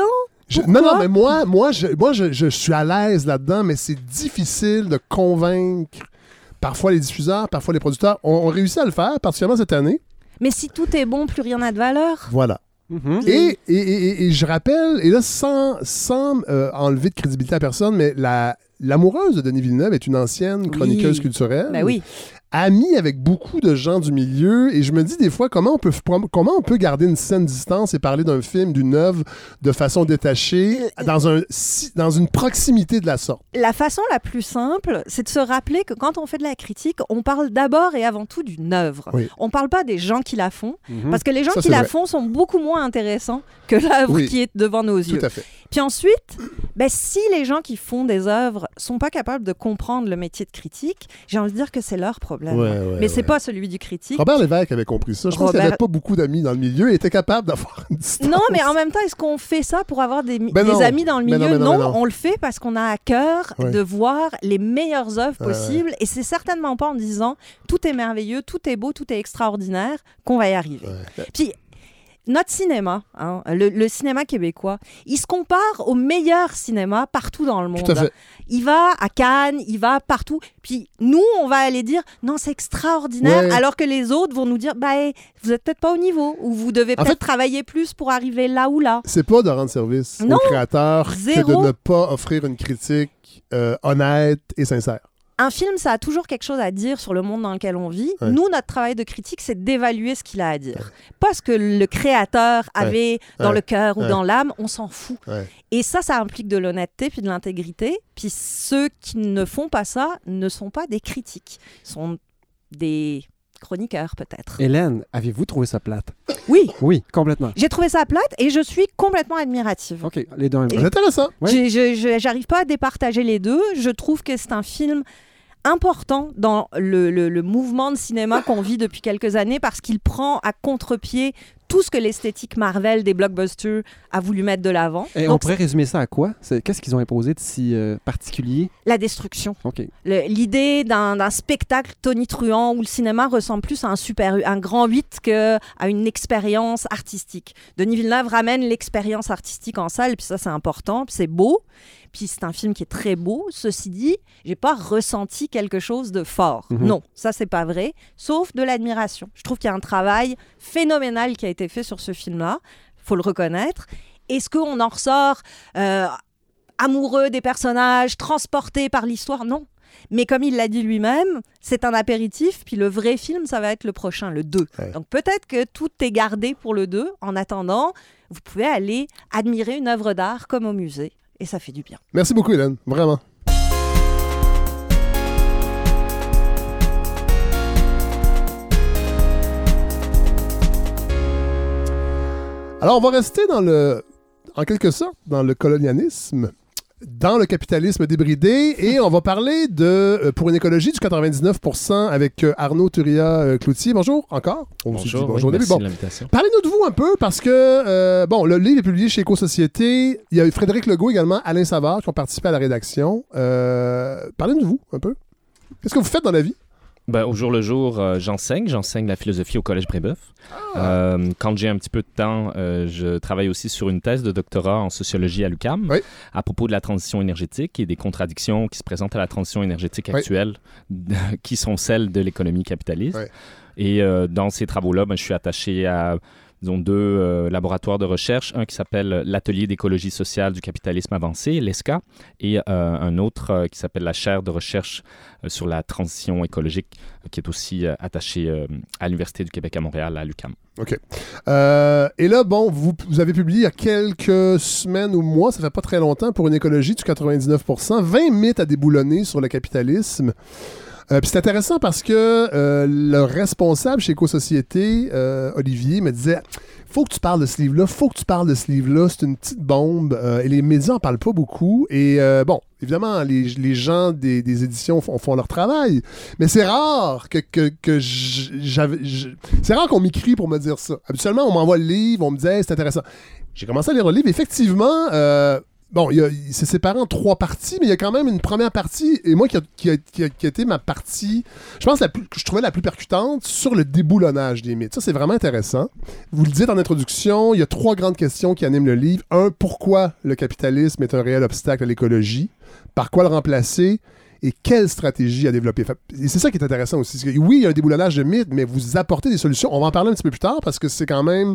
Je- non, non, mais moi, moi, je, moi je, je suis à l'aise là-dedans, mais c'est difficile de convaincre parfois les diffuseurs, parfois les producteurs. On, on réussit à le faire, particulièrement cette année. Mais si tout est bon, plus rien n'a de valeur. Voilà. Mm-hmm. Et, et, et, et je rappelle, et là, sans, sans euh, enlever de crédibilité à personne, mais la, l'amoureuse de Denis Villeneuve est une ancienne chroniqueuse Oui. culturelle. Ben oui. Amie avec beaucoup de gens du milieu, et je me dis des fois comment on peut comment on peut garder une saine distance et parler d'un film, d'une œuvre de façon détachée dans un dans une proximité de la sorte. La façon la plus simple, c'est de se rappeler que quand on fait de la critique, on parle d'abord et avant tout d'une œuvre. Oui. On parle pas des gens qui la font, Mhm. parce que les gens Ça, qui c'est la vrai. font sont beaucoup moins intéressants que l'œuvre Oui. qui est devant nos yeux. Tout à fait. Puis ensuite, ben, si les gens qui font des œuvres sont pas capables de comprendre le métier de critique, j'ai envie de dire que c'est leur problème. Ouais, ouais, Mais c'est ouais. pas celui du critique. Robert Lévesque avait compris ça. Je pense qu'il Robert- n'avait pas beaucoup d'amis dans le milieu et était capable d'avoir une distance. Non, mais en même temps, est-ce qu'on fait ça pour avoir des, mi- Ben des non. amis dans le Ben milieu? non, ben non, non, ben non. on le fait parce qu'on a à cœur Ouais. de voir les meilleures œuvres Ouais, possibles. Et c'est certainement pas en disant tout est merveilleux, tout est beau, tout est extraordinaire qu'on va y arriver. Ouais. Puis, notre cinéma, hein, le, le cinéma québécois, il se compare au meilleur cinéma partout dans le monde. Tout à fait. Il va à Cannes, il va partout. Puis nous, on va aller dire non, c'est extraordinaire, Ouais. alors que les autres vont nous dire bah, vous n'êtes peut-être pas au niveau ou vous devez En peut-être fait- travailler plus pour arriver là ou là. C'est pas de rendre service Non, aux créateurs que zéro. de ne pas offrir une critique euh, honnête et sincère. Un film, ça a toujours quelque chose à dire sur le monde dans lequel on vit. Ouais. Nous, notre travail de critique, c'est d'évaluer ce qu'il a à dire. Pas ce que le créateur avait dans Ouais. le cœur ou Ouais. dans l'âme, on s'en fout. Ouais. Et ça, ça implique de l'honnêteté puis de l'intégrité. Puis ceux qui ne font pas ça ne sont pas des critiques. Ils sont des chroniqueurs, peut-être. Hélène, avez-vous trouvé ça plate? Oui, Oui, complètement. j'ai trouvé ça plate et je suis complètement admirative. OK, les deux en même temps. C'est intéressant. Ouais. J'ai- je- je- J'arrive pas à départager les deux. Je trouve que c'est un film important dans le, le- le mouvement de cinéma qu'on vit depuis quelques années parce qu'il prend à contre-pied tout ce que l'esthétique Marvel des blockbusters a voulu mettre de l'avant. Et on Donc, pourrait résumer ça à quoi? C'est- Qu'est-ce qu'ils ont imposé de si euh, particulier? la destruction. OK. Le- L'idée d'un d'un spectacle tonitruant où le cinéma ressemble plus à un, super, un grand huit qu'à une expérience artistique. Denis Villeneuve ramène l'expérience artistique en salle, puis ça, c'est important, puis c'est beau. Puis c'est un film qui est très beau. Ceci dit, j'ai pas ressenti quelque chose de fort. Mhm. Non, ça, c'est pas vrai, sauf de l'admiration. Je trouve qu'il y a un travail phénoménal qui a été fait sur ce film-là. Faut le reconnaître. Est-ce qu'on en ressort euh, amoureux des personnages, transporté par l'histoire? Non. Mais comme il l'a dit lui-même, c'est un apéritif, puis le vrai film, ça va être le prochain, le deux. Ouais. Donc peut-être que tout est gardé pour le deux. En attendant, vous pouvez aller admirer une œuvre d'art comme au musée, et ça fait du bien. Merci beaucoup, Hélène. Vraiment. Alors, on va rester dans le, en quelque sorte, dans le colonialisme, dans le capitalisme débridé, et on va parler de euh, Pour une écologie du quatre-vingt-dix-neuf pour cent avec euh, Arnaud Thuria-Cloutier. Bonjour, encore. On s'est dit Bonjour, bonjour oui, au début. merci Bon. de l'invitation. Parlez-nous de vous un peu, parce que, euh, bon, le livre est publié chez Éco-Société. Il y a eu Frédéric Legault également, Alain Savard, qui ont participé à la rédaction. Euh, parlez-nous de vous un peu. Qu'est-ce que vous faites dans la vie? Ben, au jour le jour, euh, j'enseigne. J'enseigne la philosophie au Collège Brébeuf. Euh, quand j'ai un petit peu de temps, euh, je travaille aussi sur une thèse de doctorat en sociologie à l'U Q A M Oui. à propos de la transition énergétique et des contradictions qui se présentent à la transition énergétique Oui. actuelle, qui sont celles de l'économie capitaliste. Oui. Et euh, dans ces travaux-là, ben, je suis attaché à disons, deux euh, laboratoires de recherche, un qui s'appelle l'Atelier d'écologie sociale du capitalisme avancé, l'E S C A, et euh, un autre euh, qui s'appelle la chaire de recherche euh, sur la transition écologique, euh, qui est aussi euh, attachée euh, à l'Université du Québec à Montréal, à l'U Q A M. OK. Euh, et là, bon, vous, vous avez publié il y a quelques semaines ou mois, ça fait pas très longtemps, Pour une écologie du quatre-vingt-dix-neuf pour cent, vingt mythes à déboulonner sur le capitalisme. Euh, puis c'est intéressant parce que euh, le responsable chez Éco-Société, euh, Olivier, me disait « Faut que tu parles de ce livre-là, faut que tu parles de ce livre-là, c'est une petite bombe. Euh, » Et les médias en parlent pas beaucoup. Et euh, bon, évidemment, les, les gens des, des éditions font, font leur travail. Mais c'est rare que, que, que j'avais... C'est rare qu'on m'écrit pour me dire ça. Habituellement, on m'envoie le livre, on me dit hey, « C'est intéressant. » J'ai commencé à lire le livre. Effectivement... Euh, bon, il, y a, il s'est séparé en trois parties, mais il y a quand même une première partie, et moi qui a, qui a, qui a, qui a été ma partie, je pense la plus, que je trouvais la plus percutante, sur le déboulonnage des mythes. Ça, c'est vraiment intéressant. Vous le dites en introduction, il y a trois grandes questions qui animent le livre. Un, pourquoi le capitalisme est un réel obstacle à l'écologie? Par quoi le remplacer? Et quelle stratégie à développer? Et c'est ça qui est intéressant aussi. C'est que, oui, il y a un déboulonnage de mythes, mais vous apportez des solutions. On va en parler un petit peu plus tard, parce que c'est quand même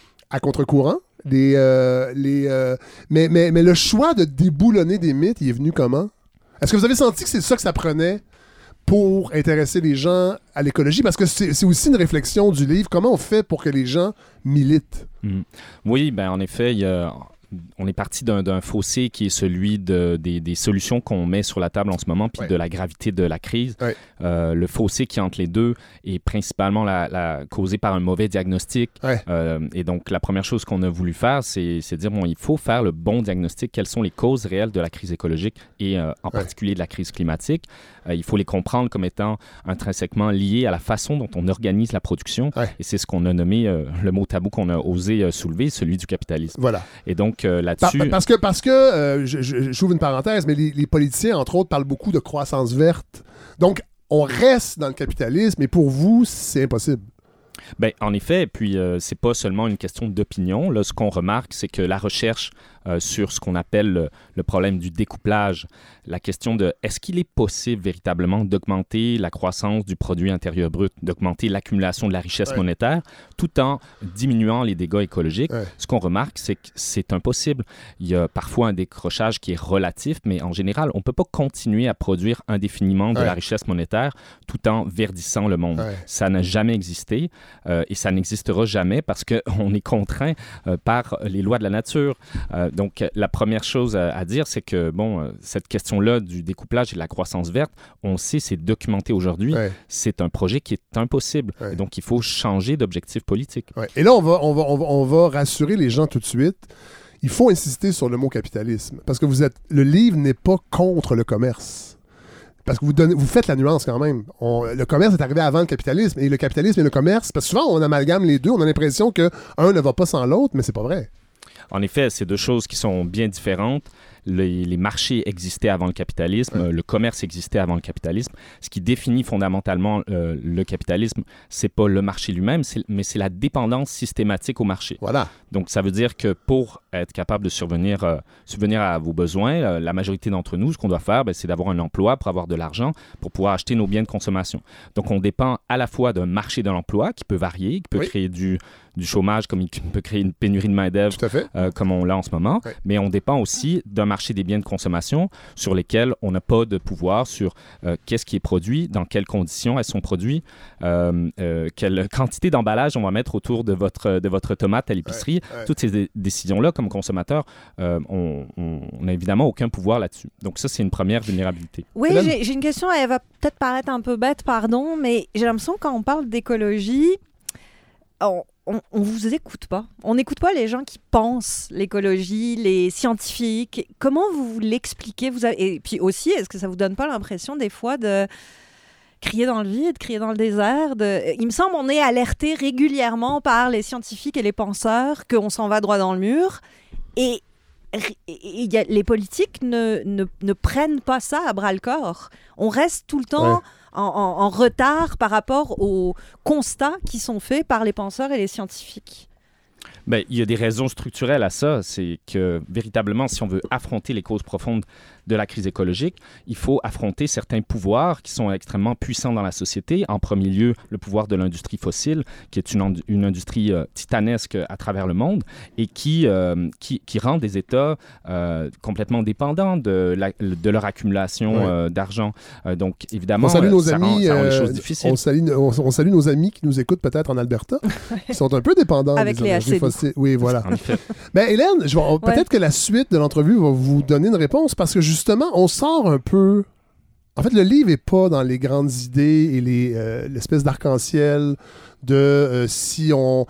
à contre-courant. Les, euh, les, euh, mais, mais, mais le choix de déboulonner des mythes, il est venu comment? Est-ce que vous avez senti que c'est ça que ça prenait pour intéresser les gens à l'écologie? Parce que c'est, c'est aussi une réflexion du livre. Comment on fait pour que les gens militent? Mmh. Oui, ben en effet, il y a... on est parti d'un, d'un fossé qui est celui de, des, des solutions qu'on met sur la table en ce moment, puis ouais. de la gravité de la crise. Ouais. Euh, le fossé qui est entre les deux est principalement la, la, causé par un mauvais diagnostic. Ouais. Euh, et donc, la première chose qu'on a voulu faire, c'est, c'est dire, bon, il faut faire le bon diagnostic. Quelles sont les causes réelles de la crise écologique et euh, en ouais. particulier de la crise climatique? Euh, il faut les comprendre comme étant intrinsèquement liées à la façon dont on organise la production. Ouais. Et c'est ce qu'on a nommé euh, le mot tabou qu'on a osé euh, soulever, celui du capitalisme. Voilà. Et donc, Euh, là-dessus... Par, parce que, parce que euh, je, je, j'ouvre une parenthèse, mais les, les politiciens, entre autres, parlent beaucoup de croissance verte. Donc, on reste dans le capitalisme, et pour vous, c'est impossible. Bien, en effet, puis euh, c'est pas seulement une question d'opinion. Là, ce qu'on remarque, c'est que la recherche euh, sur ce qu'on appelle le, le problème du découplage, la question de est-ce qu'il est possible véritablement d'augmenter la croissance du produit intérieur brut, d'augmenter l'accumulation de la richesse ouais. monétaire, tout en diminuant les dégâts écologiques. Ouais. Ce qu'on remarque, c'est que c'est impossible. Il y a parfois un décrochage qui est relatif, mais en général, on ne peut pas continuer à produire indéfiniment de ouais. la richesse monétaire tout en verdissant le monde. Ouais. Ça n'a jamais existé. Euh, et ça n'existera jamais parce qu'on est contraint euh, par les lois de la nature. Euh, donc, la première chose à, à dire, c'est que, bon, euh, cette question-là du découplage et de la croissance verte, on sait, c'est documenté aujourd'hui, ouais. c'est un projet qui est impossible. Ouais. Et donc, il faut changer d'objectif politique. Ouais. Et là, on va, on, va, on, va, on va rassurer les gens tout de suite. Il faut insister sur le mot capitalisme parce que vous êtes, le livre n'est pas contre le commerce. Parce que vous, donnez, vous faites la nuance quand même. On, le commerce est arrivé avant le capitalisme. Et le capitalisme et le commerce, parce que souvent, on amalgame les deux. On a l'impression qu'un ne va pas sans l'autre, mais c'est pas vrai. En effet, c'est deux choses qui sont bien différentes. Les, les marchés existaient avant le capitalisme, ouais. le commerce existait avant le capitalisme. Ce qui définit fondamentalement euh, le capitalisme, c'est pas le marché lui-même, c'est, mais c'est la dépendance systématique au marché. Voilà. Donc, ça veut dire que pour être capable de survenir, euh, subvenir à vos besoins, euh, la majorité d'entre nous, ce qu'on doit faire, ben, c'est d'avoir un emploi pour avoir de l'argent, pour pouvoir acheter nos biens de consommation. Donc, on dépend à la fois d'un marché de l'emploi qui peut varier, qui peut oui. créer du, du chômage, comme il peut créer une pénurie de main-d'œuvre, euh, comme on l'a en ce moment, oui. mais on dépend aussi d'un marché des biens de consommation sur lesquels on n'a pas de pouvoir sur euh, qu'est-ce qui est produit, dans quelles conditions elles sont produites, euh, euh, quelle quantité d'emballage on va mettre autour de votre, de votre tomate à l'épicerie. Ouais, ouais. Toutes ces dé- décisions-là, comme consommateur, euh, on n'a évidemment aucun pouvoir là-dessus. Donc ça, c'est une première vulnérabilité. Oui, j'ai, j'ai une question, elle va peut-être paraître un peu bête, pardon, mais j'ai l'impression que quand on parle d'écologie, on on ne vous écoute pas. On n'écoute pas les gens qui pensent l'écologie, les scientifiques. Comment vous l'expliquez vous avez... Et puis aussi, est-ce que ça ne vous donne pas l'impression des fois de crier dans le vide, crier dans le désert? De... Il me semble qu'on est alerté régulièrement par les scientifiques et les penseurs qu'on s'en va droit dans le mur. Et, et, et les politiques ne, ne, ne prennent pas ça à bras-le-corps. On reste tout le temps... Ouais. En, en, en retard par rapport aux constats qui sont faits par les penseurs et les scientifiques. Bien, il y a des raisons structurelles à ça. C'est que, véritablement, si on veut affronter les causes profondes de la crise écologique, il faut affronter certains pouvoirs qui sont extrêmement puissants dans la société. En premier lieu, le pouvoir de l'industrie fossile, qui est une, une industrie euh, titanesque à travers le monde et qui, euh, qui, qui rend des États euh, complètement dépendants de, la, de leur accumulation ouais. euh, d'argent. Euh, donc, évidemment, on salue nos ça, amis, rend, ça rend les euh, choses difficiles. On salue, on, on salue nos amis qui nous écoutent peut-être en Alberta, qui sont un peu dépendants avec des les énergies fossiles. Oui, voilà. En effet. Ben, Hélène, je vais, ouais. peut-être que la suite de l'entrevue va vous donner une réponse parce que justement, on sort un peu... En fait, le livre n'est pas dans les grandes idées et les, euh, l'espèce d'arc-en-ciel de euh, si on...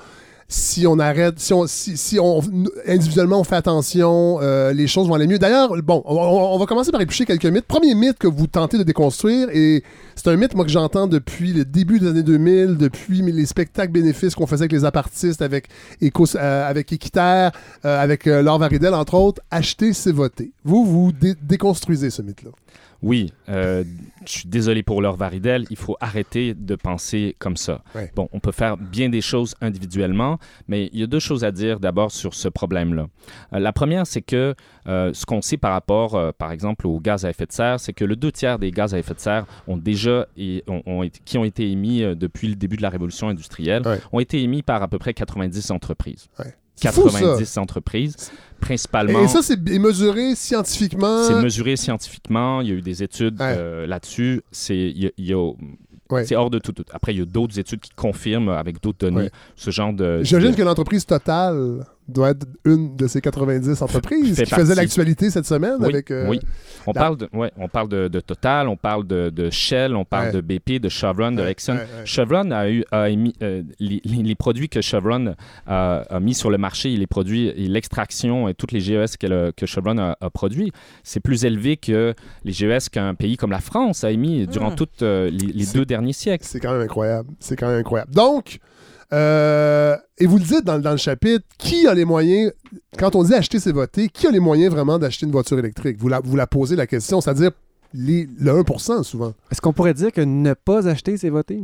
si on arrête, si on, si, si on individuellement on fait attention, euh, les choses vont aller mieux. D'ailleurs, bon, on, on, on va commencer par éplucher quelques mythes. Premier mythe que vous tentez de déconstruire, et c'est un mythe, moi, que j'entends depuis le début des années deux mille, depuis les spectacles bénéfices qu'on faisait avec les apartistes, avec, Éco, euh, avec Équiterre, euh, avec euh, Laure Varidel, entre autres. Acheter, c'est voter. Vous, vous dé- déconstruisez ce mythe-là. Oui, euh, je suis désolé pour Laure Varidel, il faut arrêter de penser comme ça. Ouais. Bon, on peut faire bien des choses individuellement, mais il y a deux choses à dire d'abord sur ce problème-là. Euh, la première, c'est que euh, ce qu'on sait par rapport, euh, par exemple, aux gaz à effet de serre, c'est que le deux tiers des gaz à effet de serre ont déjà, et, ont, ont été, qui ont été émis euh, depuis le début de la révolution industrielle, Ouais. ont été émis par à peu près quatre-vingt-dix entreprises. Ouais. C'est fou, ça. quatre-vingt-dix entreprises, principalement. Et ça, c'est mesuré scientifiquement. C'est mesuré scientifiquement. Il y a eu des études Ouais. euh, là-dessus. C'est, il y a, il y a, Ouais. c'est hors de tout, tout. Après, il y a d'autres études qui confirment avec d'autres données Ouais. ce genre de... J'imagine de... que l'entreprise Total doit être une de ces quatre-vingt-dix entreprises Fait qui partie. faisait l'actualité cette semaine Oui, avec... euh, oui. On la- parle, de, ouais, on parle de, de Total, on parle de, de Shell, on parle Ouais. de B P, de Chevron, de Ouais, Exxon. ouais, ouais. Chevron a, eu, a émis euh, les, les- les produits que Chevron a, a mis sur le marché, les produits et l'extraction et toutes les G E S qu'elle a- que Chevron a, a produits, c'est plus élevé que les G E S qu'un pays comme la France a émis durant Mm. tous les, les C'est- deux derniers siècles. C'est quand même incroyable. C'est quand même incroyable. Donc, euh, et vous le dites dans, dans le chapitre, qui a les moyens, quand on dit acheter, c'est voter, qui a les moyens vraiment d'acheter une voiture électrique? Vous la, vous la posez la question, c'est-à-dire les, le un pour cent souvent. Est-ce qu'on pourrait dire que ne pas acheter, c'est voter?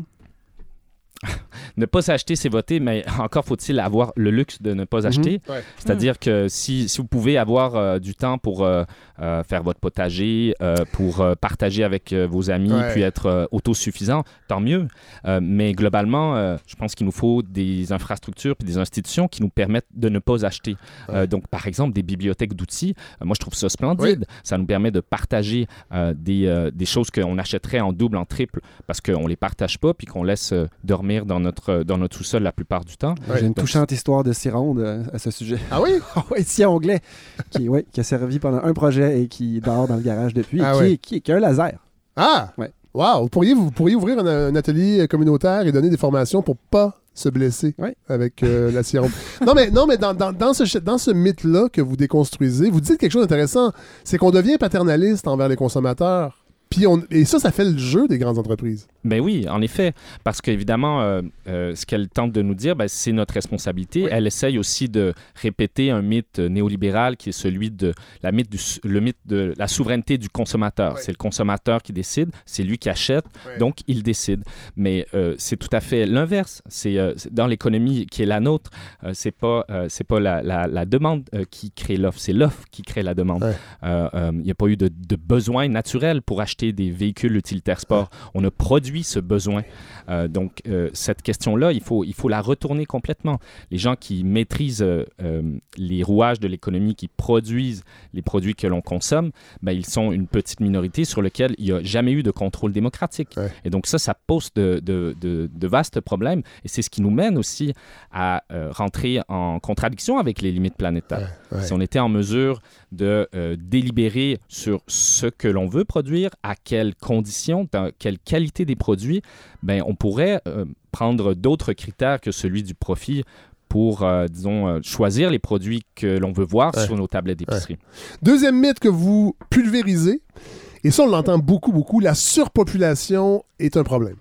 Ne pas s'acheter, c'est voter, mais encore faut-il avoir le luxe de ne pas acheter. Ouais. C'est-à-dire que si, si vous pouvez avoir euh, du temps pour euh, euh, faire votre potager, euh, pour euh, partager avec euh, vos amis, Ouais. puis être euh, autosuffisant, tant mieux. Euh, mais globalement, euh, je pense qu'il nous faut des infrastructures puis des institutions qui nous permettent de ne pas acheter. Ouais. Euh, donc, par exemple, des bibliothèques d'outils. Euh, moi, je trouve ça splendide. Ça nous permet de partager euh, des, euh, des choses qu'on achèterait en double, en triple, parce qu'on ne les partage pas puis qu'on laisse euh, dormir dans notre, dans notre sous-sol la plupart du temps. Ouais. J'ai une Donc, touchante histoire de Cironde euh, à ce sujet. Ah oui? Oui, si anglais, qui, ouais, qui a servi pendant un projet et qui dort dans le garage depuis, Ah et qui, ouais. est- qui, qui a un laser. Ah! Ouais. Wow! Vous pourriez, vous pourriez ouvrir un, un atelier communautaire et donner des formations pour pas se blesser Ouais. avec euh, la Cironde. Non, mais, non, mais dans, dans, dans ce, dans ce mythe-là que vous déconstruisez, vous dites quelque chose d'intéressant, c'est qu'on devient paternaliste envers les consommateurs. Puis on, et ça, ça fait le jeu des grandes entreprises. Ben oui, en effet, parce qu'évidemment, euh, euh, ce qu'elle tente de nous dire, ben, c'est notre responsabilité. Oui. Elle essaye aussi de répéter un mythe néolibéral qui est celui de la mythe, du, le mythe de la souveraineté du consommateur. Oui. C'est le consommateur qui décide, c'est lui qui achète, Oui. donc il décide. Mais euh, c'est tout à fait l'inverse. C'est, euh, c'est dans l'économie qui est la nôtre, euh, c'est pas, euh, c'est pas la, la, la demande euh, qui crée l'offre, c'est l'offre qui crée la demande. Ouais. Euh, euh, Il n'y a pas eu de, de besoin naturel pour acheter des véhicules utilitaires sport. On a produit ce besoin. Euh, donc, euh, cette question-là, il faut, il faut la retourner complètement. Les gens qui maîtrisent euh, euh, les rouages de l'économie, qui produisent les produits que l'on consomme, ben, ils sont une petite minorité sur laquelle il n'y a jamais eu de contrôle démocratique. Ouais. Et donc ça, ça pose de, de, de, de vastes problèmes. Et c'est ce qui nous mène aussi à euh, rentrer en contradiction avec les limites planétaires. Ouais, ouais. Si on était en mesure de euh, délibérer sur ce que l'on veut produire, à quelles conditions, dans quelle qualité des produits, ben, on pourrait euh, prendre d'autres critères que celui du profit pour, euh, disons, euh, choisir les produits que l'on veut voir Ouais. sur nos tablettes d'épicerie. Deuxième mythe que vous pulvérisez, et ça, on l'entend beaucoup, beaucoup, la surpopulation est un problème.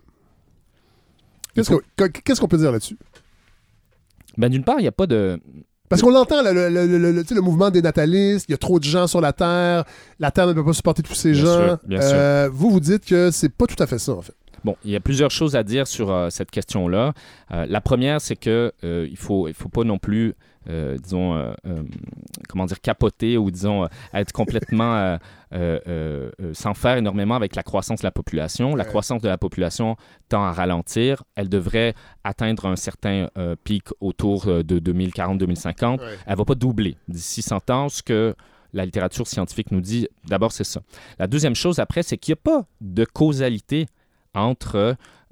Qu'est-ce Il faut- qu'on qu'est-ce qu'on peut dire là-dessus? Ben, d'une part, il n'y a pas de... Parce qu'on l'entend, le, le, le, le, le- tu sais, le mouvement des natalistes, il y a trop de gens sur la Terre, la Terre ne peut pas supporter tous ces Bien gens. sûr, bien Euh, vous, vous dites que c'est pas tout à fait ça, en fait. Bon, il y a plusieurs choses à dire sur euh, cette question-là. Euh, la première, c'est que euh, il faut, il faut pas non plus, euh, disons, euh, euh, comment dire, capoter ou, disons, euh, être complètement euh, euh, euh, euh, s'en faire énormément avec la croissance de la population. La Ouais. croissance de la population tend à ralentir. Elle devrait atteindre un certain euh, pic autour euh, de deux mille quarante deux mille cinquante. Ouais. Elle va pas doubler d'ici cent ans. Ce que la littérature scientifique nous dit, d'abord, c'est ça. La deuxième chose, après, c'est qu'il n'y a pas de causalité entre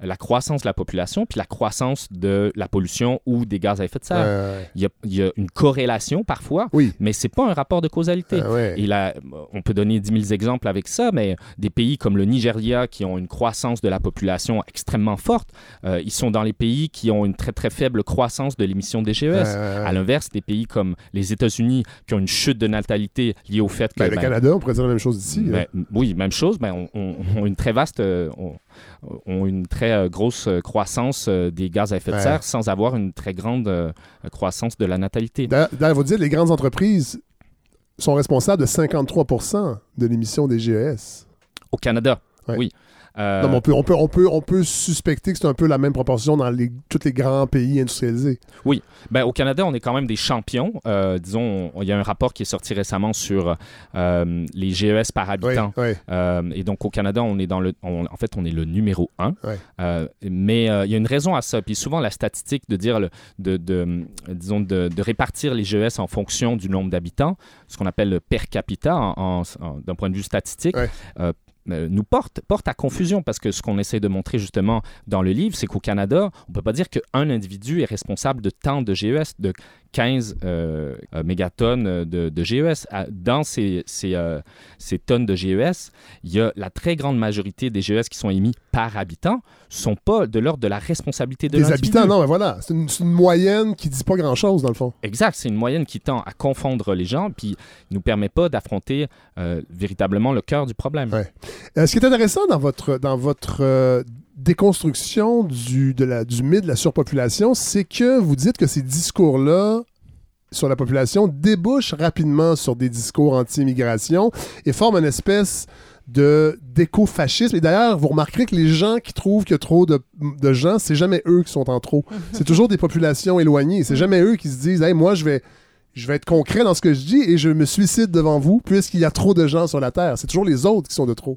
la croissance de la population puis la croissance de la pollution ou des gaz à effet de serre. Euh, ouais. Il y a, il y a une corrélation parfois, oui. mais c'est pas un rapport de causalité. Euh, ouais. Et là, on peut donner dix mille exemples avec ça, mais des pays comme le Nigeria qui ont une croissance de la population extrêmement forte, euh, ils sont dans les pays qui ont une très très faible croissance de l'émission des G E S. Euh, À l'inverse, des pays comme les États-Unis qui ont une chute de natalité liée au fait que... Ben, le ben, Canada, on pourrait dire la même chose ici. ben, hein. oui, même chose, mais on, on, on a une très vaste, euh, on, on une très euh, grosse euh, croissance euh, des gaz à effet de Ouais. serre sans avoir une très grande euh, croissance de la natalité. D'ailleurs, d'ailleurs, vous dites les grandes entreprises sont responsables de cinquante-trois pour cent de l'émission des G E S. Au Canada, Ouais. oui. Euh, Non, mais on peut, on, peut, on, peut, on peut suspecter que c'est un peu la même proportion dans les, tous les grands pays industrialisés. Ben, au Canada, on est quand même des champions. Euh, disons, on- il y a un rapport qui est sorti récemment sur euh, les G E S par habitant. Oui, oui. Euh, et donc, au Canada, on est dans le, on- en fait, on est le numéro un. Ouais. Euh, mais euh, il y a une raison à ça. Puis souvent, la statistique de dire, le, de, de, disons, de, de répartir les G E S en fonction du nombre d'habitants, ce qu'on appelle le per capita en- en- en- d'un point de vue statistique, Ouais. euh, euh, nous porte, porte à confusion parce que ce qu'on essaie de montrer justement dans le livre, c'est qu'au Canada, on ne peut pas dire qu'un individu est responsable de tant de G E S, de quinze euh, euh, mégatonnes de, de G E S. À- Dans ces, ces, euh, ces tonnes de G E S, il y a la très grande majorité des G E S qui sont émis par habitant ne sont pas de l'ordre de la responsabilité de Les l'individu. habitants, non, mais voilà. C'est une, c'est une moyenne qui dit pas grand-chose, dans le fond. Exact, c'est une moyenne qui tend à confondre les gens puis ne nous permet pas d'affronter euh, véritablement le cœur du problème. Ouais. Euh, ce qui est intéressant dans votre, dans votre euh, déconstruction du, de la, du mythe de la surpopulation, c'est que vous dites que ces discours-là sur la population débouchent rapidement sur des discours anti-immigration et forment une espèce de d'éco-fascisme. Et d'ailleurs, vous remarquerez que les gens qui trouvent qu'il y a trop de, de gens, c'est jamais eux qui sont en trop. C'est toujours des populations éloignées. C'est jamais eux qui se disent « Hey, moi, je vais... » Je vais être concret dans ce que je dis et je me suicide devant vous puisqu'il y a trop de gens sur la Terre. C'est toujours les autres qui sont de trop.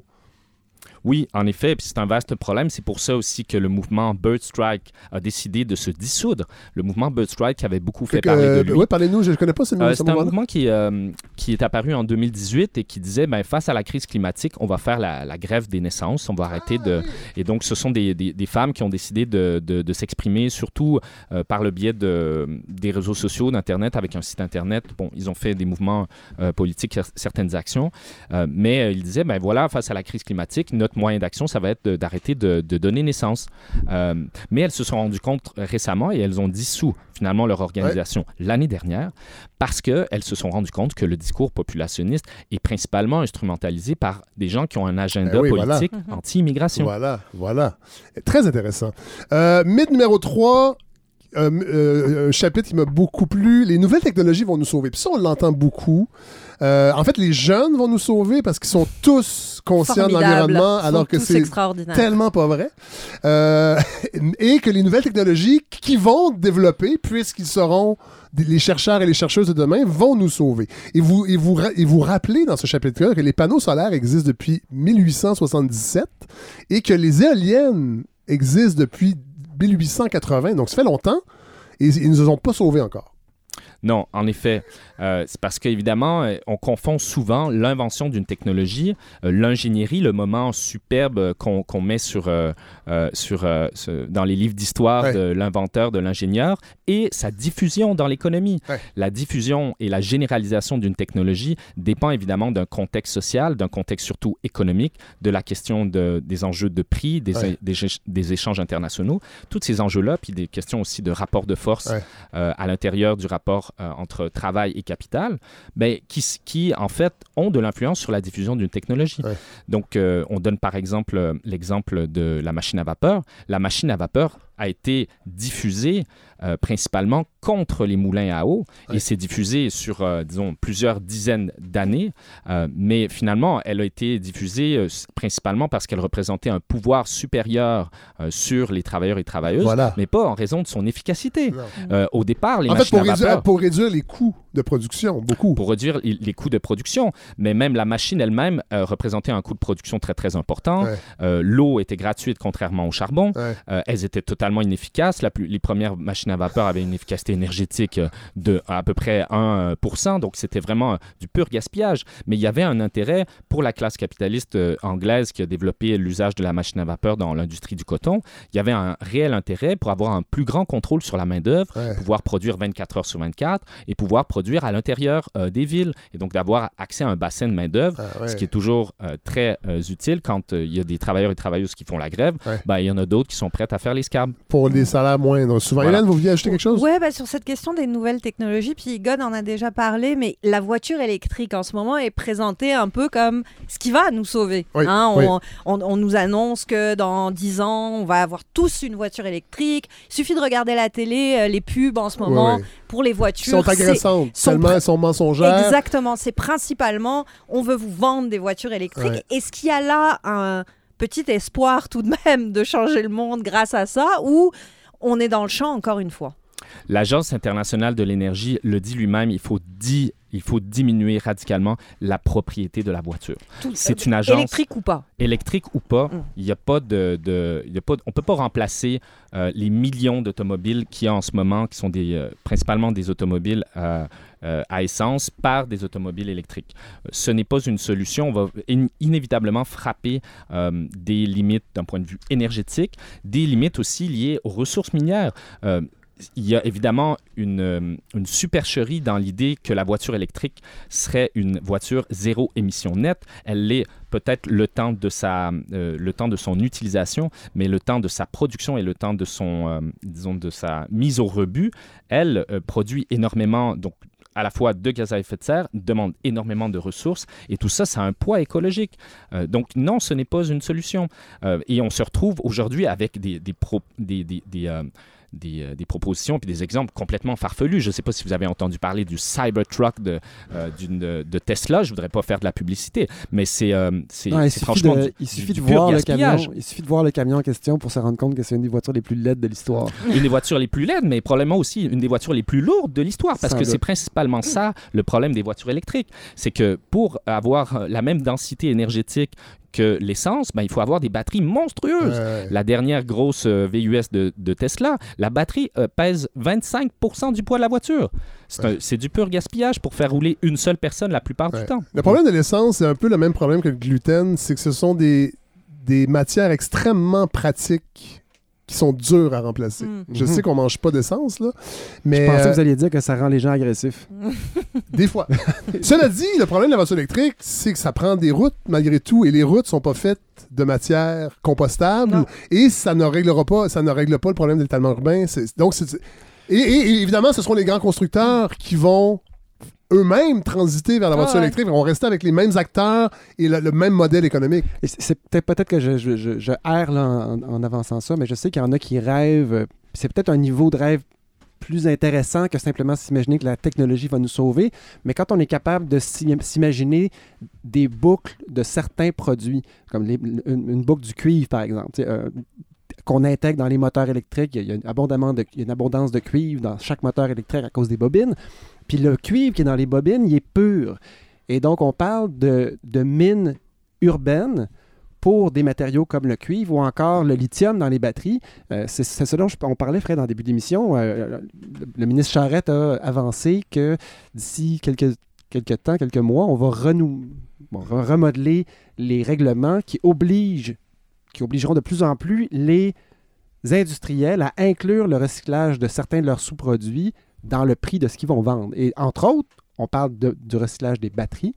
Oui, en effet, puis c'est un vaste problème. C'est pour ça aussi que le mouvement Bird Strike a décidé de se dissoudre. Le mouvement Bird Strike avait beaucoup fait Que- parler de euh, lui. oui, parlez-nous, je ne connais pas ce, Euh, ce c'est un mouvement-là. mouvement qui, euh, qui est apparu en deux mille dix-huit et qui disait, ben, face à la crise climatique, on va faire la, la grève des naissances, on va arrêter de... Et donc, ce sont des, des, des femmes qui ont décidé de, de, de s'exprimer, surtout euh, par le biais de, des réseaux sociaux, d'Internet, avec un site Internet. Bon, ils ont fait des mouvements euh, politiques, certaines actions, euh, mais euh, ils disaient, ben voilà, face à la crise climatique, notre moyen d'action, ça va être de- d'arrêter de, de donner naissance. Euh, mais elles se sont rendues compte récemment et elles ont dissous finalement leur organisation l'année dernière parce qu'elles se sont rendues compte que le discours populationniste est principalement instrumentalisé par des gens qui ont un agenda Ben oui, voilà. politique anti-immigration. Voilà, voilà. Très intéressant. Euh, mythe numéro trois, euh, euh, un chapitre qui m'a beaucoup plu. Les nouvelles technologies vont nous sauver. Puis ça, on l'entend beaucoup. Euh, en fait, les jeunes vont nous sauver parce qu'ils sont tous conscients de Formidables. l'environnement, Ils sont alors que tous c'est extraordinaires. tellement pas vrai. Euh, et que les nouvelles technologies qui vont développer, puisqu'ils seront des- les chercheurs et les chercheuses de demain, vont nous sauver. Et vous, et vous, ra- et vous rappelez dans ce chapitre-là que les panneaux solaires existent depuis mille huit cent soixante-dix-sept et que les éoliennes existent depuis mille huit cent quatre-vingts. Donc, ça fait longtemps et ils ne nous ont pas sauvés encore. Non, en effet, euh, c'est parce qu'évidemment, euh, on confond souvent l'invention d'une technologie, euh, l'ingénierie, le moment superbe euh, qu'on qu'on met sur, euh, euh, sur, euh, ce- dans les livres d'histoire Ouais. de l'inventeur, de l'ingénieur, et sa diffusion dans l'économie. Ouais. La diffusion et la généralisation d'une technologie dépend évidemment d'un contexte social, d'un contexte surtout économique, de la question de, des enjeux de prix, des, Ouais. des, éch- des échanges internationaux, tous ces enjeux-là, puis des questions aussi de rapport de force Ouais. euh, à l'intérieur du rapport euh, entre travail et capital, ben, qui, s- qui, en fait, ont de l'influence sur la diffusion d'une technologie. Ouais. Donc, euh, on donne par exemple euh, l'exemple de la machine à vapeur. La machine à vapeur a été diffusée euh, principalement contre les moulins à eau Ouais. et s'est diffusée sur, euh, disons, plusieurs dizaines d'années. Euh, mais finalement, elle a été diffusée euh, s- principalement parce qu'elle représentait un pouvoir supérieur euh, sur les travailleurs et travailleuses, Voilà. mais pas en raison de son efficacité. Non. Euh, au départ, les En fait, machines pour à réduire, vapeur, pour réduire les coûts de production, beaucoup. pour réduire les les coûts de production, mais même la machine elle-même euh, représentait un coût de production très, très important. Ouais. Euh, l'eau était gratuite contrairement au charbon. Ouais. Euh, elles étaient totalement inefficaces. La plus- les premières machines à vapeur avaient une efficacité énergétique de à peu près un pour cent, donc c'était vraiment du pur gaspillage. Mais il y avait un intérêt pour la classe capitaliste euh, anglaise qui a développé l'usage de la machine à vapeur dans l'industrie du coton. Il y avait un réel intérêt pour avoir un plus grand contrôle sur la main-d'œuvre, ouais. pouvoir produire vingt-quatre heures sur vingt-quatre et pouvoir produire à l'intérieur euh, des villes. Et donc d'avoir accès à un bassin de main-d'œuvre, ah, ouais. ce qui est toujours euh, très euh, utile quand euh, il y a des travailleurs et travailleuses qui font la grève. Ouais. Ben, il y en a d'autres qui sont prêts à faire les scabs. Pour des salaires moindres. Souvent, voilà. Hélène, vous vouliez ajouter quelque chose? Oui, ben, sur cette question des nouvelles technologies, puis God en a déjà parlé, mais la voiture électrique en ce moment est présentée un peu comme ce qui va nous sauver. Oui, hein, on, oui. on, on nous annonce que dans dix ans, on va avoir tous une voiture électrique. Il suffit de regarder la télé, euh, les pubs en ce moment oui, oui. pour les voitures. Elles sont agressantes, tellement elles sont mensongères. Exactement, c'est principalement, on veut vous vendre des voitures électriques. Oui. Est-ce qu'il y a là un petit espoir tout de même de changer le monde grâce à ça, ou on est dans le champ encore une fois? L'Agence internationale de l'énergie le dit lui-même, il faut dix il faut diminuer radicalement la propriété de la voiture. Tout, c'est une agence... Électrique ou pas? Électrique ou pas, mm. il y a pas de... de il y a pas, on ne peut pas remplacer euh, les millions d'automobiles qu'il y a en ce moment, qui sont des, euh, principalement des automobiles euh, euh, à essence, par des automobiles électriques. Ce n'est pas une solution. On va in- inévitablement frapper euh, des limites d'un point de vue énergétique, des limites aussi liées aux ressources minières. Euh, Il y a évidemment une, une supercherie dans l'idée que la voiture électrique serait une voiture zéro émission nette. Elle l'est peut-être le temps de sa, euh, le temps de son utilisation, mais le temps de sa production et le temps de son, euh, disons, de sa mise au rebut, elle euh, produit énormément, donc à la fois de gaz à effet de serre, demande énormément de ressources, et tout ça, ça a un poids écologique. Euh, donc non, ce n'est pas une solution. Euh, et on se retrouve aujourd'hui avec des, des, pro, des, des, des euh, Des, euh, des propositions puis des exemples complètement farfelus. Je ne sais pas si vous avez entendu parler du Cybertruck de, euh, d'une, de Tesla. Je ne voudrais pas faire de la publicité, mais c'est, euh, c'est, non, c'est franchement de, du, il suffit du, de du voir pur le gaspillage. Camion, il suffit de voir le camion en question pour se rendre compte que c'est une des voitures les plus laides de l'histoire. Une des voitures les plus laides, mais probablement aussi une des voitures les plus lourdes de l'histoire, parce Sans que doute. C'est principalement ça le problème des voitures électriques. C'est que pour avoir la même densité énergétique que l'essence, ben, il faut avoir des batteries monstrueuses. Ouais. La dernière grosse euh, V U S de, de Tesla, la batterie euh, pèse vingt-cinq pour cent du poids de la voiture. C'est, ouais. un, c'est du pur gaspillage pour faire rouler une seule personne la plupart ouais. du temps. Le problème de l'essence, c'est un peu le même problème que le gluten, c'est que ce sont des, des matières extrêmement pratiques qui sont dures à remplacer. Mm. Je mm-hmm. sais qu'on mange pas d'essence, là, mais... Je pensais euh... que vous alliez dire que ça rend les gens agressifs. Des fois. Cela dit, le problème de la voiture électrique, c'est que ça prend des routes, malgré tout, et les routes sont pas faites de matière compostable, non. et ça ne réglera pas, ça ne règle pas le problème de l'étalement urbain. C'est, donc, c'est, et, et, et évidemment, ce seront les grands constructeurs qui vont eux-mêmes transiter vers la voiture ah ouais. électrique, vont rester avec les mêmes acteurs et le, le même modèle économique. Et c'est peut-être, peut-être que je, je, je, je erre là en, en avançant ça, mais je sais qu'il y en a qui rêvent, c'est peut-être un niveau de rêve plus intéressant que simplement s'imaginer que la technologie va nous sauver, mais quand on est capable de s'imaginer des boucles de certains produits, comme les, une, une boucle du cuivre par exemple, euh, qu'on intègre dans les moteurs électriques, il y a, abondamment de, il y a une abondance de cuivre dans chaque moteur électrique à cause des bobines. Puis le cuivre qui est dans les bobines, il est pur. Et donc, on parle de, de mines urbaines pour des matériaux comme le cuivre ou encore le lithium dans les batteries. Euh, c'est, c'est ce dont je, on parlait, Fred, en début d'émission. Euh, le, le ministre Charette a avancé que d'ici quelques, quelques temps, quelques mois, on va renou, bon, remodeler les règlements qui obligent, qui obligeront de plus en plus les industriels à inclure le recyclage de certains de leurs sous-produits dans le prix de ce qu'ils vont vendre. Et entre autres, on parle de, du recyclage des batteries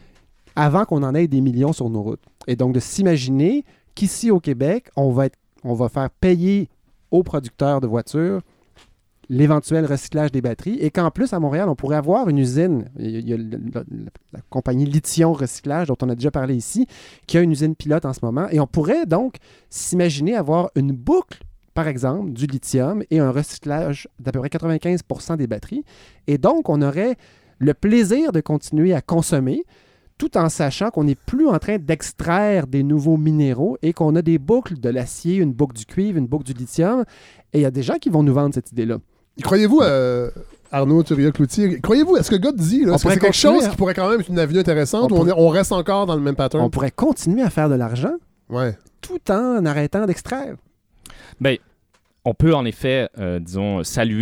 avant qu'on en ait des millions sur nos routes. Et donc, de s'imaginer qu'ici au Québec, on va, être, on va faire payer aux producteurs de voitures l'éventuel recyclage des batteries et qu'en plus, à Montréal, on pourrait avoir une usine. Il y a la, la, la compagnie Lithium Recyclage, dont on a déjà parlé ici, qui a une usine pilote en ce moment. Et on pourrait donc s'imaginer avoir une boucle, par exemple, du lithium et un recyclage d'à peu près quatre-vingt-quinze pour cent des batteries. Et donc, on aurait le plaisir de continuer à consommer tout en sachant qu'on n'est plus en train d'extraire des nouveaux minéraux et qu'on a des boucles de l'acier, une boucle du cuivre, une boucle du lithium. Et il y a des gens qui vont nous vendre cette idée-là. Croyez-vous, euh, Arnaud Thuria-Cloutier, croyez-vous, est-ce que le gars dit, là, c'est quelque chose à... qui pourrait quand même être une avenue intéressante on ou pourrait... on, est, on reste encore dans le même pattern? On pourrait continuer à faire de l'argent ouais. tout en arrêtant d'extraire. Bien, on peut en effet, euh, disons, saluer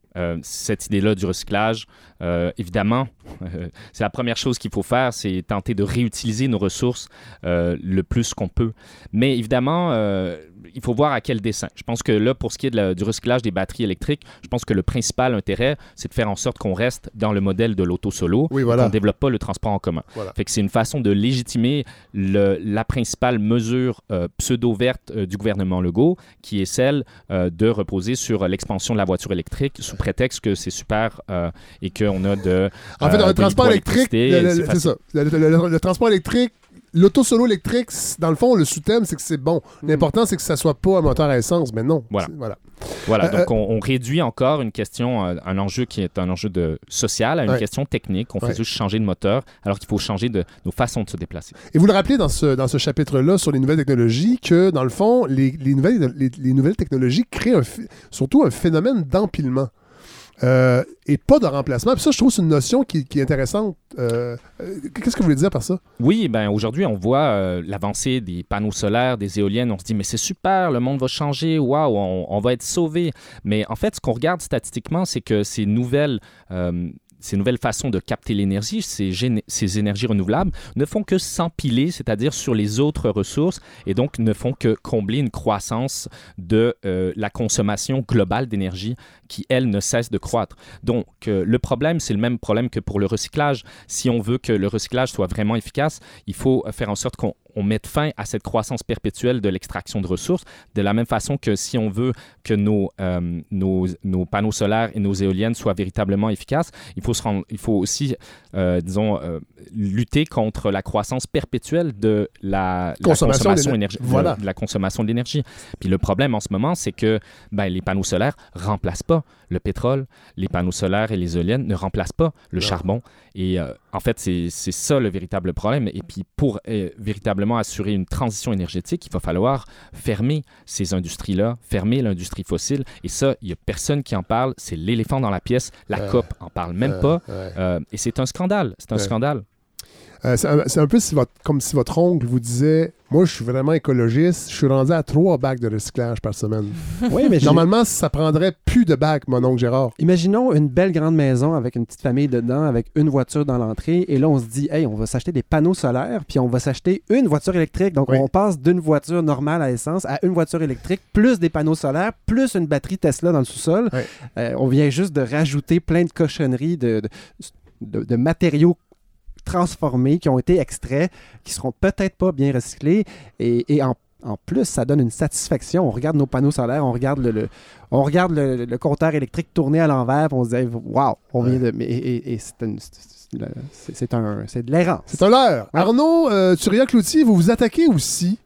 euh, cette idée-là du recyclage, euh, évidemment, euh, c'est la première chose qu'il faut faire, c'est tenter de réutiliser nos ressources euh, le plus qu'on peut. Mais évidemment, euh, il faut voir à quel dessein. Je pense que là, pour ce qui est de la, du recyclage des batteries électriques, je pense que le principal intérêt, c'est de faire en sorte qu'on reste dans le modèle de l'auto solo, oui, voilà. qu'on ne développe pas le transport en commun. Voilà. Fait que c'est une façon de légitimer le, la principale mesure euh, pseudo-verte euh, du gouvernement Legault, qui est celle euh, de reposer sur l'expansion de la voiture électrique sous prétexte que c'est super euh, et qu'on a de... En fait, dans euh, le transport électrique, le, le, c'est, c'est ça. Le, le, le, le transport électrique, l'auto-solo électrique, dans le fond, le sous-thème, c'est que c'est bon. L'important, c'est que ça soit pas un moteur à essence, mais non. Voilà. Voilà. Voilà, Euh, donc on, on réduit encore une question, euh, un enjeu qui est un enjeu de, social à une ouais. question technique. On fait Ouais. juste changer de moteur alors qu'il faut changer de nos façons de se déplacer. Et vous le rappelez dans ce, dans ce chapitre-là sur les nouvelles technologies que, dans le fond, les, les, nouvelles, les, les nouvelles technologies créent un, surtout un phénomène d'empilement. Euh, et pas de remplacement. Puis ça, je trouve que c'est une notion qui, qui est intéressante. Euh, euh, qu'est-ce que vous voulez dire par ça? Oui, ben aujourd'hui, on voit euh, l'avancée des panneaux solaires, des éoliennes. On se dit, mais c'est super, le monde va changer, waouh, on, on va être sauvé. Mais en fait, ce qu'on regarde statistiquement, c'est que ces nouvelles... Euh, ces nouvelles façons de capter l'énergie, ces, gén- ces énergies renouvelables, ne font que s'empiler, c'est-à-dire sur les autres ressources, et donc ne font que combler une croissance de euh, la consommation globale d'énergie qui, elle, ne cesse de croître. Donc, euh, le problème, c'est le même problème que pour le recyclage. Si on veut que le recyclage soit vraiment efficace, il faut faire en sorte qu'on on mette fin à cette croissance perpétuelle de l'extraction de ressources, de la même façon que si on veut que nos, euh, nos, nos panneaux solaires et nos éoliennes soient véritablement efficaces, il faut, se rendre, il faut aussi, euh, disons, euh, lutter contre la croissance perpétuelle de la, Consommation la consommation énergie, voilà. de, de la consommation de l'énergie. Puis le problème en ce moment, c'est que ben, les panneaux solaires ne remplacent pas le pétrole, les panneaux solaires et les éoliennes ne remplacent pas le non. charbon. Et euh, en fait, c'est, c'est ça le véritable problème. Et puis pour euh, véritablement assurer une transition énergétique, il va falloir fermer ces industries-là, fermer l'industrie fossile. Et ça, il n'y a personne qui en parle. C'est l'éléphant dans la pièce. La euh, COP en parle même euh, pas. ouais. Euh, et c'est un scandale. C'est un ouais. scandale. Euh, c'est, un, c'est un peu si votre, comme si votre oncle vous disait « Moi, je suis vraiment écologiste, je suis rendu à trois bacs de recyclage par semaine. » Oui, mais Normalement, ça prendrait plus de bacs, mon oncle Gérard. Imaginons une belle grande maison avec une petite famille dedans, avec une voiture dans l'entrée, et là, on se dit, hey, on va s'acheter des panneaux solaires, puis on va s'acheter une voiture électrique. Donc, oui. on passe d'une voiture normale à essence à une voiture électrique, plus des panneaux solaires, plus une batterie Tesla dans le sous-sol. Oui. Euh, on vient juste de rajouter plein de cochonneries, de, de, de, de matériaux transformés qui ont été extraits, qui seront peut-être pas bien recyclés, et, et en En plus, ça donne une satisfaction. On regarde nos panneaux solaires, on regarde le, le, on regarde le, le compteur électrique tourner à l'envers, puis on se dit, waouh, on vient de. Et, et, et c'est, une, c'est, c'est, un, c'est de l'errance. C'est un leurre. Ouais. Arnaud euh, Turia-Cloutier, vous vous attaquez aussi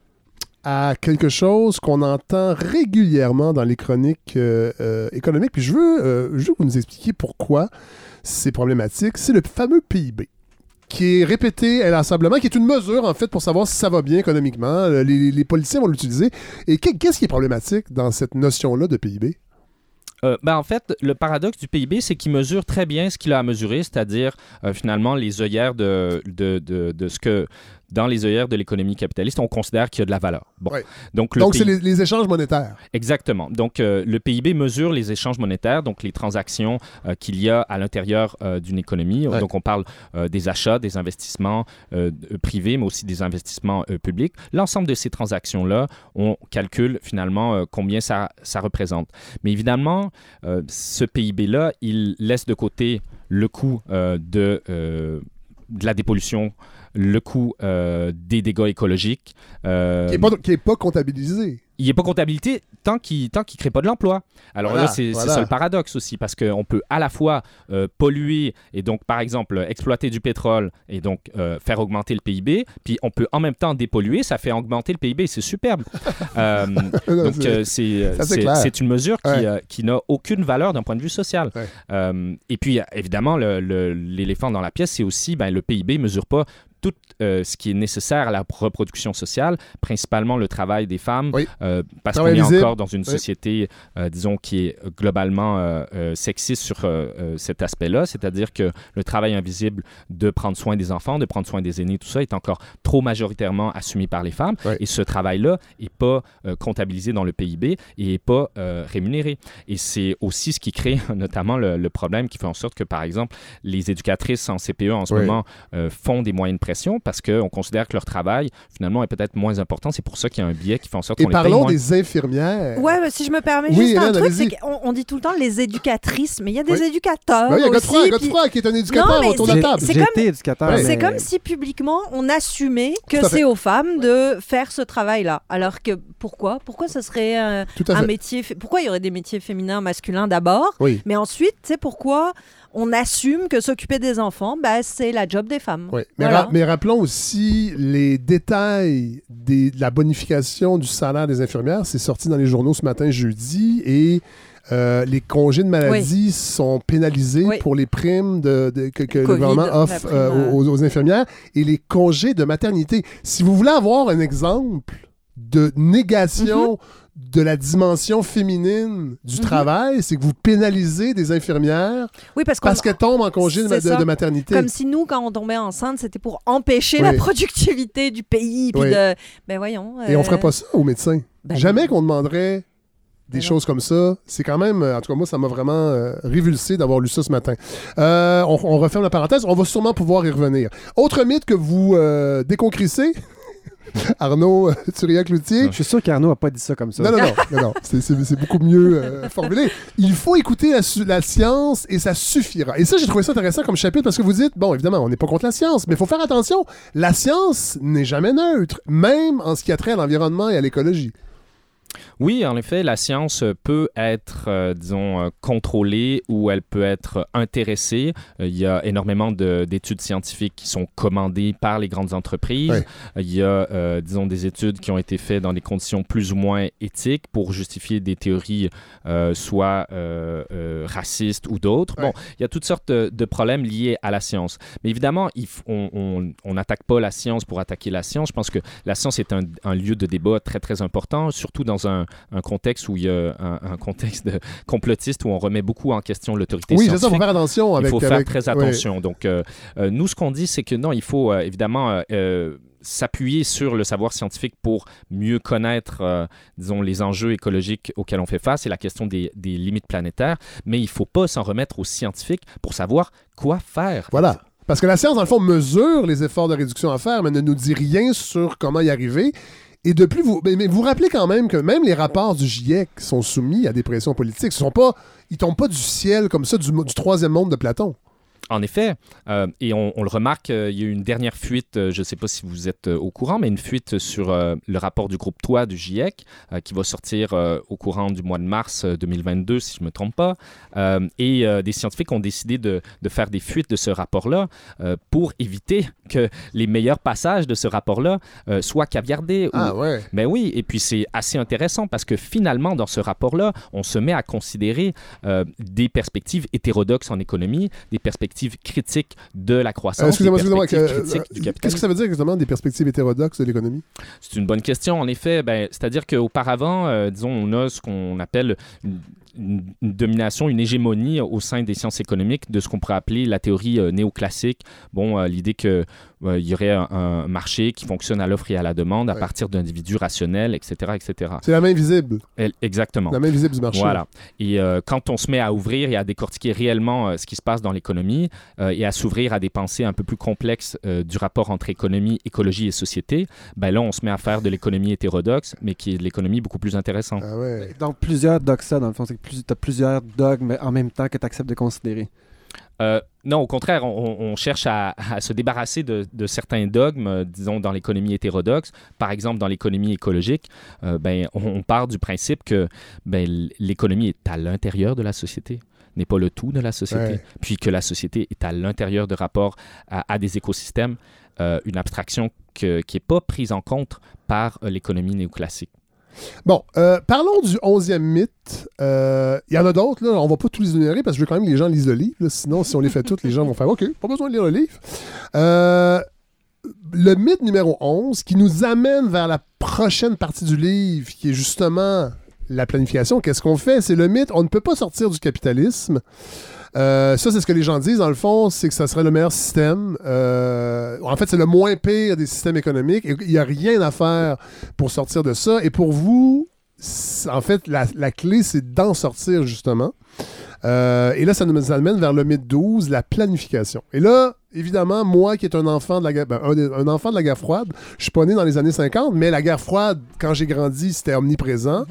à quelque chose qu'on entend régulièrement dans les chroniques euh, euh, économiques. Puis je veux, euh, je veux que vous nous expliquiez pourquoi c'est problématique. C'est le fameux P I B, qui est répété inlassablement, qui est une mesure, en fait, pour savoir si ça va bien économiquement. Les, les politiciens vont l'utiliser. Et qu'est-ce qui est problématique dans cette notion-là de P I B? Euh, ben en fait, le paradoxe du P I B, c'est qu'il mesure très bien ce qu'il a à mesurer, c'est-à-dire, euh, finalement, les œillères de, de, de, de ce que... Dans les œillères de l'économie capitaliste, on considère qu'il y a de la valeur. Bon. Ouais. Donc, le donc P I B... c'est les, les échanges monétaires. Exactement. Donc, euh, le P I B mesure les échanges monétaires, donc les transactions euh, qu'il y a à l'intérieur euh, d'une économie. Ouais. Donc, on parle euh, des achats, des investissements euh, privés, mais aussi des investissements euh, publics. L'ensemble de ces transactions-là, on calcule finalement euh, combien ça, ça représente. Mais évidemment, euh, ce P I B-là, il laisse de côté le coût euh, de, euh, de la dépollution, le coût euh, des dégâts écologiques. Euh, qui n'est pas, qui est pas comptabilisé. Il n'est pas comptabilité tant qu'il tant qu'il ne crée pas de l'emploi. Alors voilà, là, c'est, voilà. c'est ça le paradoxe aussi, parce qu'on peut à la fois euh, polluer et donc, par exemple, exploiter du pétrole et donc euh, faire augmenter le P I B, puis on peut en même temps dépolluer, ça fait augmenter le P I B, c'est superbe. euh, non, donc, c'est, euh, c'est, c'est, c'est, c'est une mesure qui, ouais. euh, qui n'a aucune valeur d'un point de vue social. Ouais. Euh, et puis, évidemment, le, le, l'éléphant dans la pièce, c'est aussi, ben, le P I B ne mesure pas tout euh, ce qui est nécessaire à la reproduction sociale, principalement le travail des femmes, oui. euh, parce travail qu'on est visible. encore dans une oui. société, euh, disons, qui est globalement euh, euh, sexiste sur euh, euh, cet aspect-là, c'est-à-dire que le travail invisible de prendre soin des enfants, de prendre soin des aînés, tout ça est encore trop majoritairement assumé par les femmes, oui. et ce travail-là n'est pas euh, comptabilisé dans le P I B et n'est pas euh, rémunéré. Et c'est aussi ce qui crée notamment le, le problème qui fait en sorte que, par exemple, les éducatrices en C P E en ce oui. moment euh, font des moyens de pression parce qu'on considère que leur travail, finalement, est peut-être moins important. C'est pour ça qu'il y a un biais qui fait en sorte Et qu'on les paye parlons moins. des infirmières. Ouais, mais si je me permets Oui, juste un Hélène, truc, allez-y. c'est qu'on on dit tout le temps les éducatrices, mais il y a des Oui. éducateurs Ben oui, il y a aussi. Godefroy, puis- Godefroy qui est un éducateur mais autour de c'est- la table. c'est J'ai comme- été éducateur. Ouais. mais- C'est comme si publiquement on assumait que Tout à fait. c'est aux femmes de faire ce travail-là. Alors que pourquoi Pourquoi ce serait euh, Tout à un fait. métier fé- Pourquoi il y aurait des métiers féminins, masculins d'abord, Oui. mais ensuite, tu sais pourquoi on assume que s'occuper des enfants, bah, c'est la job des femmes. Oui. Mais, Voilà. ra- mais rappelons aussi les détails des, de la bonification du salaire des infirmières. C'est sorti dans les journaux ce matin, jeudi, et euh, les congés de maladie oui. sont pénalisés oui. pour les primes de, de, que, que le Covid, gouvernement offre prime, euh, aux, aux infirmières et les congés de maternité. Si vous voulez avoir un exemple de négation mm-hmm. de la dimension féminine du mm-hmm. travail, c'est que vous pénalisez des infirmières oui, parce, parce qu'elles tombent en congé de, de, de maternité. Comme si nous, quand on tombait enceinte, c'était pour empêcher oui. la productivité du pays. Puis oui. de... Ben voyons. Euh... Et on ferait pas ça aux médecins. Ben Jamais qu'on demanderait des ben choses comme ça. C'est quand même... En tout cas, moi, ça m'a vraiment euh, révulsé d'avoir lu ça ce matin. Euh, on, on referme la parenthèse. On va sûrement pouvoir y revenir. Autre mythe que vous euh, déconcrissez... Arnaud euh, Turiac-Cloutier. Je suis sûr qu'Arnaud n'a pas dit ça comme ça. Non, non, non. non, non. C'est, c'est, c'est beaucoup mieux euh, formulé. Il faut écouter la, la science et ça suffira. Et ça, j'ai trouvé ça intéressant comme chapitre parce que vous dites, bon, évidemment, on n'est pas contre la science, mais il faut faire attention. La science n'est jamais neutre, même en ce qui a trait à l'environnement et à l'écologie. Oui, en effet, la science peut être, euh, disons, euh, contrôlée ou elle peut être intéressée. Euh, il y a énormément de, d'études scientifiques qui sont commandées par les grandes entreprises. Ouais. Il y a, euh, disons, des études qui ont été faites dans des conditions plus ou moins éthiques pour justifier des théories euh, soit euh, euh, racistes ou d'autres. Ouais. Bon, il y a toutes sortes de, de problèmes liés à la science. Mais évidemment, il f- on n'attaque pas la science pour attaquer la science. Je pense que la science est un, un lieu de débat très, très important, surtout dans un, un contexte où il y a un, un contexte de complotiste où on remet beaucoup en question l'autorité oui, scientifique. Oui, c'est ça, il faut faire attention. Avec, il faut faire avec... très attention. Ouais. Donc, euh, euh, nous, ce qu'on dit, c'est que non, il faut euh, évidemment... Euh, s'appuyer sur le savoir scientifique pour mieux connaître, euh, disons, les enjeux écologiques auxquels on fait face et la question des, des limites planétaires, mais il ne faut pas s'en remettre aux scientifiques pour savoir quoi faire. Voilà. Parce que la science, dans le fond, mesure les efforts de réduction à faire, mais ne nous dit rien sur comment y arriver. Et de plus, vous, mais, mais vous rappelez quand même que même les rapports du GIEC sont soumis à des pressions politiques. Ce sont pas, ils ne tombent pas du ciel comme ça, du, du troisième monde de Platon. En effet, euh, et on, on le remarque, euh, il y a eu une dernière fuite, euh, je ne sais pas si vous êtes euh, au courant, mais une fuite sur euh, le rapport du groupe T O I du GIEC euh, qui va sortir euh, au courant du mois de mars deux mille vingt-deux, si je ne me trompe pas. Euh, et euh, des scientifiques ont décidé de, de faire des fuites de ce rapport-là euh, pour éviter que les meilleurs passages de ce rapport-là euh, soient caviardés. Ah ou... ouais. Ben oui, et puis c'est assez intéressant parce que finalement, dans ce rapport-là, on se met à considérer euh, des perspectives hétérodoxes en économie, des perspectives critiques de la croissance, euh, excusez-moi, des excusez-moi, perspectives que, critiques euh, du capitalisme. Qu'est-ce que ça veut dire exactement des perspectives hétérodoxes de l'économie? C'est une bonne question, en effet. Ben, c'est-à-dire qu'auparavant, euh, disons, on a ce qu'on appelle une, une, une domination, une hégémonie au sein des sciences économiques de ce qu'on pourrait appeler la théorie euh, néoclassique. Bon, euh, l'idée que euh, il y aurait un, un marché qui fonctionne à l'offre et à la demande à ouais. partir d'individus rationnels, et cetera, et cetera. C'est la main visible. Elle, exactement. La main visible du marché. Voilà. Et euh, quand on se met à ouvrir et à décortiquer réellement euh, ce qui se passe dans l'économie euh, et à s'ouvrir à des pensées un peu plus complexes euh, du rapport entre économie, écologie et société, ben là, on se met à faire de l'économie hétérodoxe, mais qui est de l'économie beaucoup plus intéressante. Ah ouais. Donc, plusieurs doxa, dans le fond, c'est que tu as plusieurs dogmes en même temps que tu acceptes de considérer. Euh, non, au contraire, on, on cherche à, à se débarrasser de, de certains dogmes, euh, disons, dans l'économie hétérodoxe. Par exemple, dans l'économie écologique, euh, ben, on, on part du principe que ben, l'économie est à l'intérieur de la société, n'est pas le tout de la société, ouais. puis que la société est à l'intérieur de rapports à, à des écosystèmes, euh, une abstraction que, qui n'est pas prise en compte par euh, l'économie néoclassique. Bon, euh, parlons du onzième mythe. Il euh, y en a d'autres, là. On va pas tous les énumérer parce que je veux quand même que les gens lisent le livre. Là. Sinon, si on les fait toutes, les gens vont faire « OK, pas besoin de lire le livre. Euh, » le mythe numéro onze qui nous amène vers la prochaine partie du livre, qui est justement la planification. Qu'est-ce qu'on fait? C'est le mythe, on ne peut pas sortir du capitalisme. Euh, ça, c'est ce que les gens disent, dans le fond, c'est que ça serait le meilleur système. Euh, en fait, c'est le moins pire des systèmes économiques. Et il n'y a rien à faire pour sortir de ça. Et pour vous, en fait, la, la clé, c'est d'en sortir, justement. Euh, et là, ça nous amène vers le mythe douze, la planification. Et là, évidemment, moi qui est un enfant de la guerre, ben, un, un enfant de la guerre froide, je suis pas né dans les années cinquante, mais la guerre froide, quand j'ai grandi, c'était omniprésent.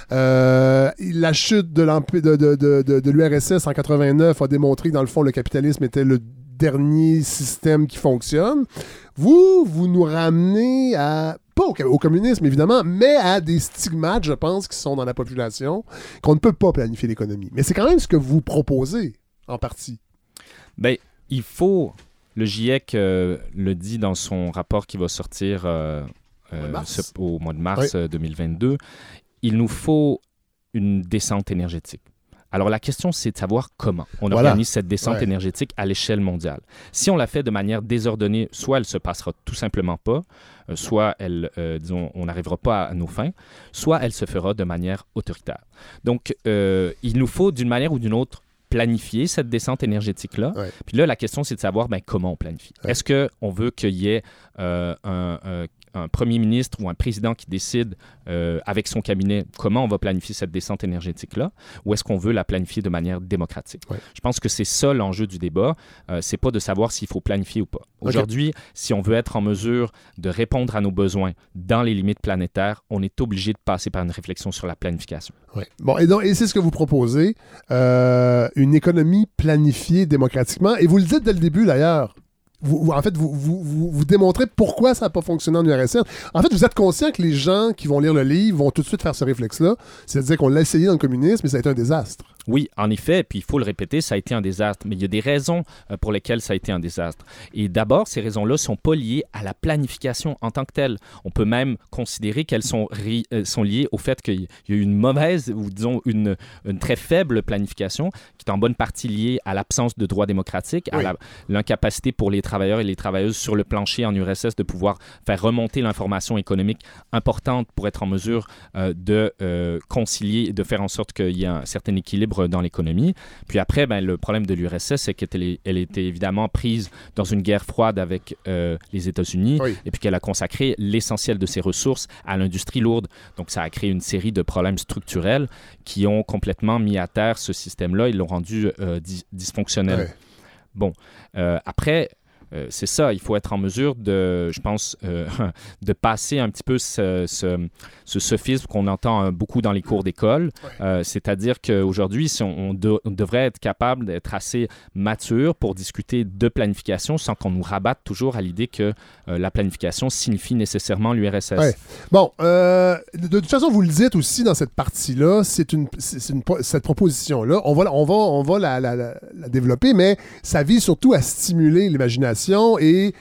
Euh, la chute de, de, de, de, de, de l'U R S S en quatre-vingt-neuf a démontré que, dans le fond, le capitalisme était le dernier système qui fonctionne. Vous, vous nous ramenez à, pas au, au communisme, évidemment, mais à des stigmates, je pense, qui sont dans la population, qu'on ne peut pas planifier l'économie. Mais c'est quand même ce que vous proposez, en partie. Bien, il faut... Le GIEC euh, le dit dans son rapport qui va sortir euh, euh, ce, au mois de mars oui. euh, deux mille vingt-deux. Il nous faut une descente énergétique. Alors, la question, c'est de savoir comment on voilà. organise cette descente ouais. énergétique à l'échelle mondiale. Si on la fait de manière désordonnée, soit elle ne se passera tout simplement pas, euh, soit elle, euh, disons, on n'arrivera pas à nos fins, soit elle se fera de manière autoritaire. Donc, euh, il nous faut, d'une manière ou d'une autre, planifier cette descente énergétique-là. Ouais. Puis là, la question, c'est de savoir ben, comment on planifie. Ouais. Est-ce qu'on veut qu'il y ait euh, un... un un premier ministre ou un président qui décide euh, avec son cabinet comment on va planifier cette descente énergétique-là, ou est-ce qu'on veut la planifier de manière démocratique? Ouais. Je pense que c'est ça l'enjeu du débat. Euh, c'est pas de savoir s'il faut planifier ou pas. Aujourd'hui, okay. si on veut être en mesure de répondre à nos besoins dans les limites planétaires, on est obligé de passer par une réflexion sur la planification. Ouais. Bon, et, donc, et c'est ce que vous proposez, euh, une économie planifiée démocratiquement. Et vous le dites dès le début, d'ailleurs. Vous, vous, en fait, vous, vous, vous, vous démontrez pourquoi ça n'a pas fonctionné en U R S S. En fait, vous êtes conscient que les gens qui vont lire le livre vont tout de suite faire ce réflexe-là. C'est-à-dire qu'on l'a essayé dans le communisme, mais ça a été un désastre. Oui, en effet, puis il faut le répéter, ça a été un désastre. Mais il y a des raisons pour lesquelles ça a été un désastre. Et d'abord, ces raisons-là ne sont pas liées à la planification en tant que telle. On peut même considérer qu'elles sont, ri- euh, sont liées au fait qu'il y a eu une mauvaise, ou disons une, une très faible planification, qui est en bonne partie liée à l'absence de droits démocratiques, oui. à la, l'incapacité pour les travailleurs et les travailleuses sur le plancher en U R S S de pouvoir faire remonter l'information économique importante pour être en mesure euh, de euh, concilier, de faire en sorte qu'il y ait un certain équilibre dans l'économie. Puis après, ben, le problème de l'U R S S, c'est qu'elle elle était évidemment prise dans une guerre froide avec euh, les États-Unis, oui. et puis qu'elle a consacré l'essentiel de ses ressources à l'industrie lourde. Donc, ça a créé une série de problèmes structurels qui ont complètement mis à terre ce système-là. Ils l'ont rendu euh, dis- dysfonctionnel. Ouais. Bon, euh, après... Euh, c'est ça, il faut être en mesure de, je pense, euh, de passer un petit peu ce, ce, ce sophisme qu'on entend euh, beaucoup dans les cours d'école. Ouais. Euh, c'est-à-dire qu'aujourd'hui, si on, on, de, on devrait être capable d'être assez mature pour discuter de planification sans qu'on nous rabatte toujours à l'idée que euh, la planification signifie nécessairement l'U R S S. Ouais. Bon, euh, de, de toute façon, vous le dites aussi dans cette partie-là, c'est une, c'est une, cette proposition-là, on va, on va, on va la, la, la, la développer, mais ça vise surtout à stimuler l'imagination et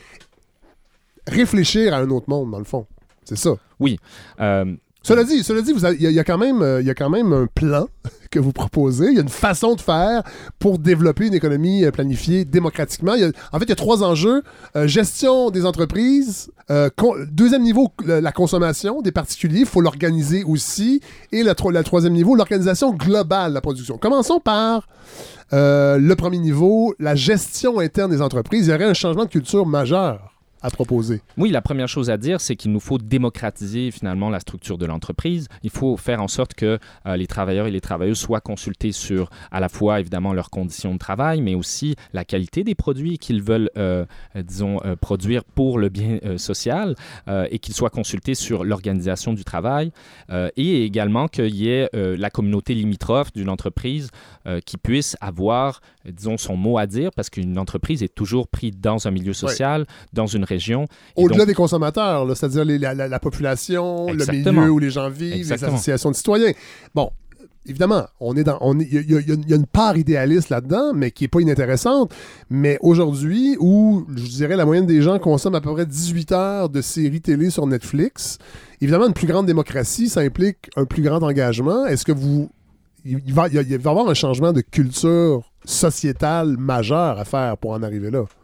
réfléchir à un autre monde, dans le fond. C'est ça. Oui. Euh... Cela dit, cela dit, il y, y a quand même, il y a quand même un plan que vous proposez. Il y a une façon de faire pour développer une économie planifiée démocratiquement. Il y a, en fait, il y a trois enjeux. Euh, gestion des entreprises. Euh, con, deuxième niveau, la, la consommation des particuliers. Il faut l'organiser aussi. Et le tro- troisième niveau, l'organisation globale de la production. Commençons par euh, le premier niveau, la gestion interne des entreprises. Il y aurait un changement de culture majeur à proposer. Oui, la première chose à dire, c'est qu'il nous faut démocratiser finalement la structure de l'entreprise. Il faut faire en sorte que euh, les travailleurs et les travailleuses soient consultés sur à la fois évidemment leurs conditions de travail, mais aussi la qualité des produits qu'ils veulent, euh, disons, euh, produire pour le bien euh, social euh, et qu'ils soient consultés sur l'organisation du travail euh, et également qu'il y ait euh, la communauté limitrophe d'une entreprise euh, qui puisse avoir, disons, son mot à dire parce qu'une entreprise est toujours prise dans un milieu social, oui. dans une région. Au-delà donc... des consommateurs, là, c'est-à-dire les, la, la, la population, Exactement. le milieu où les gens vivent, Exactement. les associations de citoyens. Bon, évidemment, on est dans, on est, il y, y, y a une part idéaliste là-dedans, mais qui n'est pas inintéressante. Mais aujourd'hui, où, je dirais, la moyenne des gens consomment à peu près dix-huit heures de séries télé sur Netflix, évidemment, une plus grande démocratie, ça implique un plus grand engagement. Est-ce que vous... Il va, il va y avoir un changement de culture sociétale majeur à faire pour en arriver là?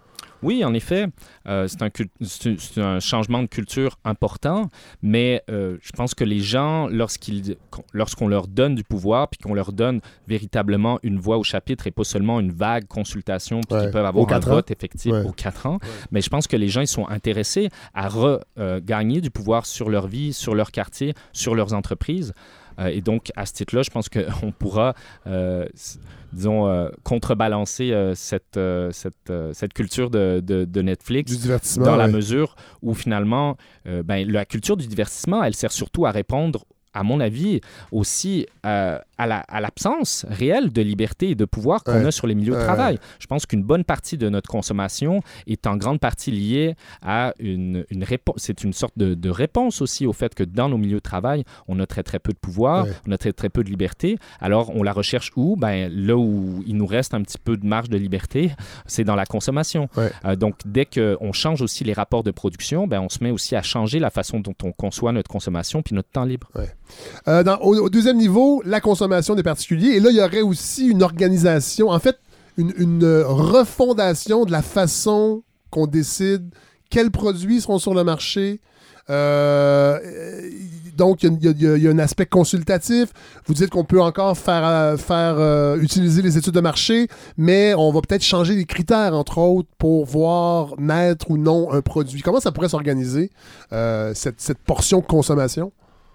Oui, en effet, euh, c'est, un cul- c'est, c'est un changement de culture important, mais euh, je pense que les gens, lorsqu'ils, lorsqu'on leur donne du pouvoir, puis qu'on leur donne véritablement une voix au chapitre et pas seulement une vague consultation, puis Ouais. qu'ils peuvent avoir Aux un quatre ans. vote effectif Ouais. aux quatre ans, mais je pense que les gens ils sont intéressés à regagner du pouvoir sur leur vie, sur leur quartier, sur leurs entreprises. Euh, et donc, à ce titre-là, je pense qu'on pourra, euh, s- disons, euh, contrebalancer euh, cette, euh, cette, euh, cette culture de, de, de Netflix Du divertissement. dans la ouais. mesure où, finalement, euh, ben, la culture du divertissement, elle sert surtout à répondre, à mon avis, aussi euh, à, la, à l'absence réelle de liberté et de pouvoir qu'on Ouais. a sur les milieux Ouais, de travail. ouais. Je pense qu'une bonne partie de notre consommation est en grande partie liée à une, une réponse. C'est une sorte de, de réponse aussi au fait que dans nos milieux de travail, on a très, très peu de pouvoir, Ouais. on a très, très peu de liberté. Alors, on la recherche où? Ben, là où il nous reste un petit peu de marge de liberté, c'est dans la consommation. Ouais. Euh, donc, dès qu'on change aussi les rapports de production, ben, on se met aussi à changer la façon dont on conçoit notre consommation puis notre temps libre. Euh, dans- au, au deuxième niveau, la consommation des particuliers. Et là, il y aurait aussi une organisation, en fait, une, une euh, refondation de la façon qu'on décide quels produits seront sur le marché. Euh, euh, donc, il y, a- il y a- il y a un aspect consultatif. Vous dites qu'on peut encore faire, euh, faire euh, utiliser les études de marché, mais on va peut-être changer les critères, entre autres, pour voir naître ou non un produit. Comment ça pourrait s'organiser, euh, cette, cette portion de consommation?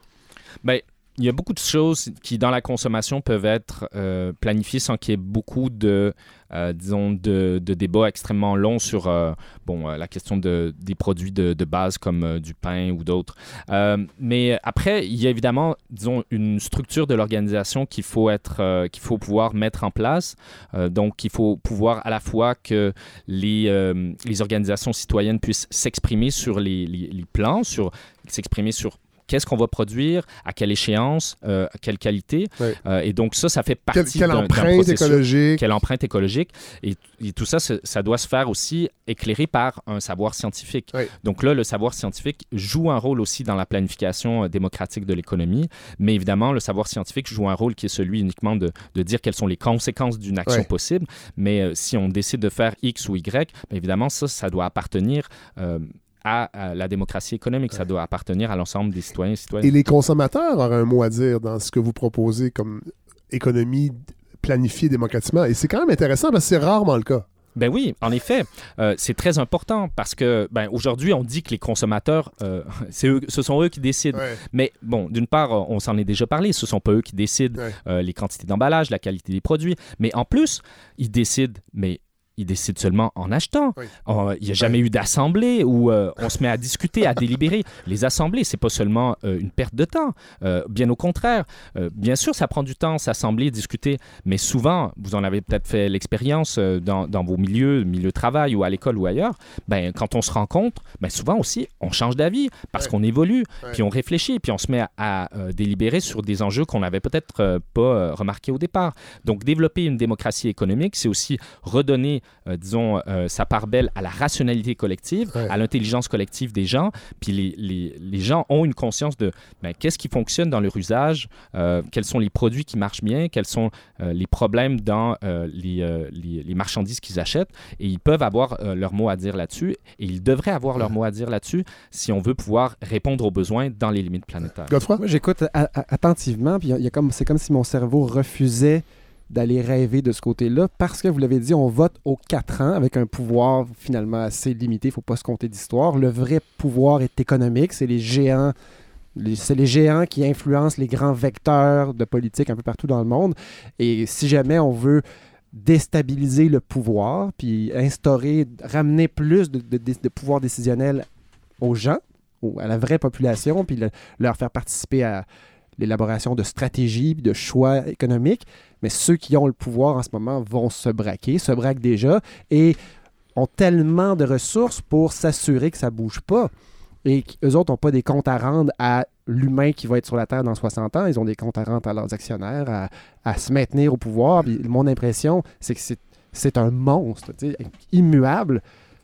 Ben, il y a beaucoup de choses qui, dans la consommation, peuvent être euh, planifiées sans qu'il y ait beaucoup de, euh, disons, de, de débats extrêmement longs sur euh, bon, euh, la question de, des produits de, de base comme euh, du pain ou d'autres. Euh, mais après, il y a évidemment, disons, une structure de l'organisation qu'il faut, être, euh, qu'il faut pouvoir mettre en place. Euh, donc, il faut pouvoir à la fois que les, euh, les organisations citoyennes puissent s'exprimer sur les, les, les plans, sur, s'exprimer sur qu'est-ce qu'on va produire, à quelle échéance, euh, à quelle qualité. Ouais. Euh, et donc ça, ça fait Quelle, partie quelle d'un, d'un empreinte processus. écologique? Quelle empreinte écologique. Et, et tout ça, c'est- ça doit se faire aussi éclairé par un savoir scientifique. Oui. Donc là, le savoir scientifique joue un rôle aussi dans la planification euh, démocratique de l'économie. Mais évidemment, le savoir scientifique joue un rôle qui est celui uniquement de, de dire quelles sont les conséquences d'une action Oui. possible. Mais euh, si on décide de faire X ou Y, bien évidemment, ça, ça doit appartenir euh, à, à la démocratie économique. Ça doit appartenir à l'ensemble des citoyens et citoyennes. Et les consommateurs auraient un mot à dire dans ce que vous proposez comme économie planifiée démocratiquement. Et c'est quand même intéressant parce que c'est rarement le cas. Ben oui, en effet, euh, c'est très important parce que ben, aujourd'hui, on dit que les consommateurs, euh, c'est eux, ce sont eux qui décident. Ouais. Mais bon, d'une part, on s'en est déjà parlé, ce ne sont pas eux qui décident Ouais. euh, les quantités d'emballage, la qualité des produits. Mais en plus, ils décident, mais ils décident seulement en achetant. Oui. Euh, Il n'y a jamais eu d'assemblée où euh, on se met à discuter, à délibérer. Les assemblées, c'est pas seulement euh, une perte de temps. Euh, bien au contraire. Euh, bien sûr, ça prend du temps, s'assembler, discuter. Mais souvent, vous en avez peut-être fait l'expérience euh, dans, dans vos milieux, milieu de travail ou à l'école ou ailleurs. Ben, quand on se rencontre, ben, souvent aussi, on change d'avis parce Ouais. qu'on évolue, Ouais. puis on réfléchit, puis on se met à, à, euh, délibérer sur des enjeux qu'on n'avait peut-être euh, pas euh, remarqués au départ. Donc, développer une démocratie économique, c'est aussi redonner Euh, disons, euh, sa part belle à la rationalité collective, Ouais. à l'intelligence collective des gens. Puis les, les, les gens ont une conscience de ben, qu'est-ce qui fonctionne dans leur usage, euh, quels sont les produits qui marchent bien, quels sont euh, les problèmes dans euh, les, euh, les, les marchandises qu'ils achètent. Et ils peuvent avoir euh, leur mot à dire là-dessus. Et ils devraient avoir leur mot à dire là-dessus si on veut pouvoir répondre aux besoins dans les limites planétaires. Godefroy? Moi, j'écoute a- a- attentivement, puis il y a- il y a comme, c'est comme si mon cerveau refusait d'aller rêver de ce côté-là, parce que, vous l'avez dit, on vote aux quatre ans avec un pouvoir finalement assez limité, il ne faut pas se compter d'histoire. Le vrai pouvoir est économique, c'est les géants, les- c'est les géants qui influencent les grands vecteurs de politique un peu partout dans le monde. Et si jamais on veut déstabiliser le pouvoir, puis instaurer, ramener plus de, de- de pouvoir décisionnel aux gens, ou à la vraie population, puis le- leur faire participer à l'élaboration de stratégies, puis de choix économiques, mais ceux qui ont le pouvoir en ce moment vont se braquer, se braquent déjà, et ont tellement de ressources pour s'assurer que ça ne bouge pas. Et qu'eux autres n'ont pas des comptes à rendre à l'humain qui va être sur la Terre dans soixante ans, ils ont des comptes à rendre à leurs actionnaires, à, à se maintenir au pouvoir. Puis mon impression, c'est que c'est, c'est un monstre, tu sais, immuable.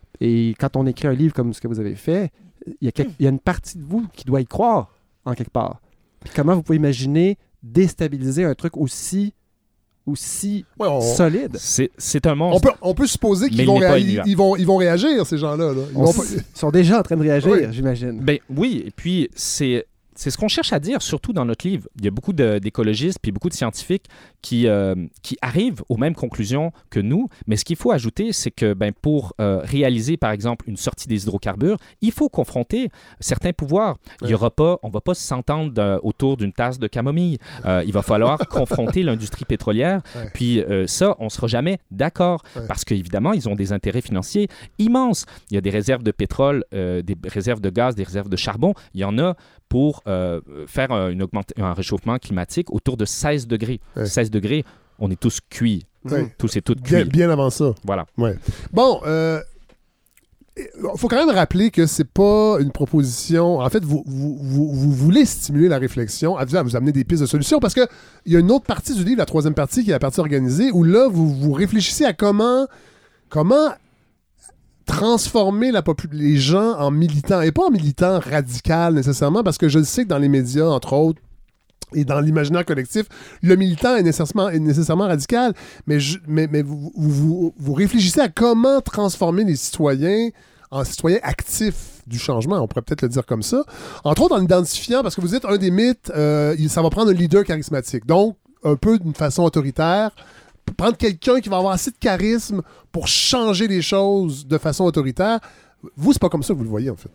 Et quand on écrit un livre comme ce que vous avez fait, il y a, quel- il y a une partie de vous qui doit y croire, en quelque part. Puis comment vous pouvez imaginer déstabiliser un truc aussi aussi Ouais, on- solide. C'est, c'est un On monstre. peut, on peut supposer Mais qu'ils il vont, n'est pas réa- immuable. ils, vont, ils vont réagir, ces gens-là. Là. Ils On vont s- pas- Ils sont déjà en train de réagir, Oui. j'imagine. Ben oui, et puis c'est c'est ce qu'on cherche à dire, surtout dans notre livre. Il y a beaucoup de, d'écologistes puis beaucoup de scientifiques qui, euh, qui arrivent aux mêmes conclusions que nous, mais ce qu'il faut ajouter, c'est que ben, pour euh, réaliser, par exemple, une sortie des hydrocarbures, il faut confronter certains pouvoirs. Il y aura pas, on ne va pas s'entendre de- autour d'une tasse de camomille. Euh, il va falloir confronter l'industrie pétrolière, Ouais. puis euh, ça, on ne sera jamais d'accord, Ouais. parce qu'évidemment, ils ont des intérêts financiers immenses. Il y a des réserves de pétrole, euh, des réserves de gaz, des réserves de charbon. Il y en a pour euh, faire un, une augmente- un réchauffement climatique autour de seize degrés. Ouais. seize degrés, on est tous cuits. Ouais. Tous et toutes bien, cuits. bien avant ça. Voilà. Ouais. Bon, euh, il faut quand même rappeler que c'est pas une proposition. En fait, vous, vous, vous, vous voulez stimuler la réflexion, à vous, à vous amener des pistes de solutions, parce qu'il y a une autre partie du livre, la troisième partie, qui est la partie organisée, où là, vous, vous réfléchissez à comment, comment transformer la popu- les gens en militants, et pas en militants radicaux nécessairement, parce que je sais que dans les médias, entre autres, et dans l'imaginaire collectif, le militant est nécessairement, est nécessairement radical, mais, je- mais, mais vous, vous, vous- vous réfléchissez à comment transformer les citoyens en citoyens actifs du changement, on pourrait peut-être le dire comme ça. Entre autres en identifiant, parce que vous êtes un des mythes, euh, il- ça va prendre un leader charismatique, donc un peu d'une façon autoritaire, prendre quelqu'un qui va avoir assez de charisme pour changer les choses de façon autoritaire. Vous, c'est pas comme ça que vous le voyez, en fait.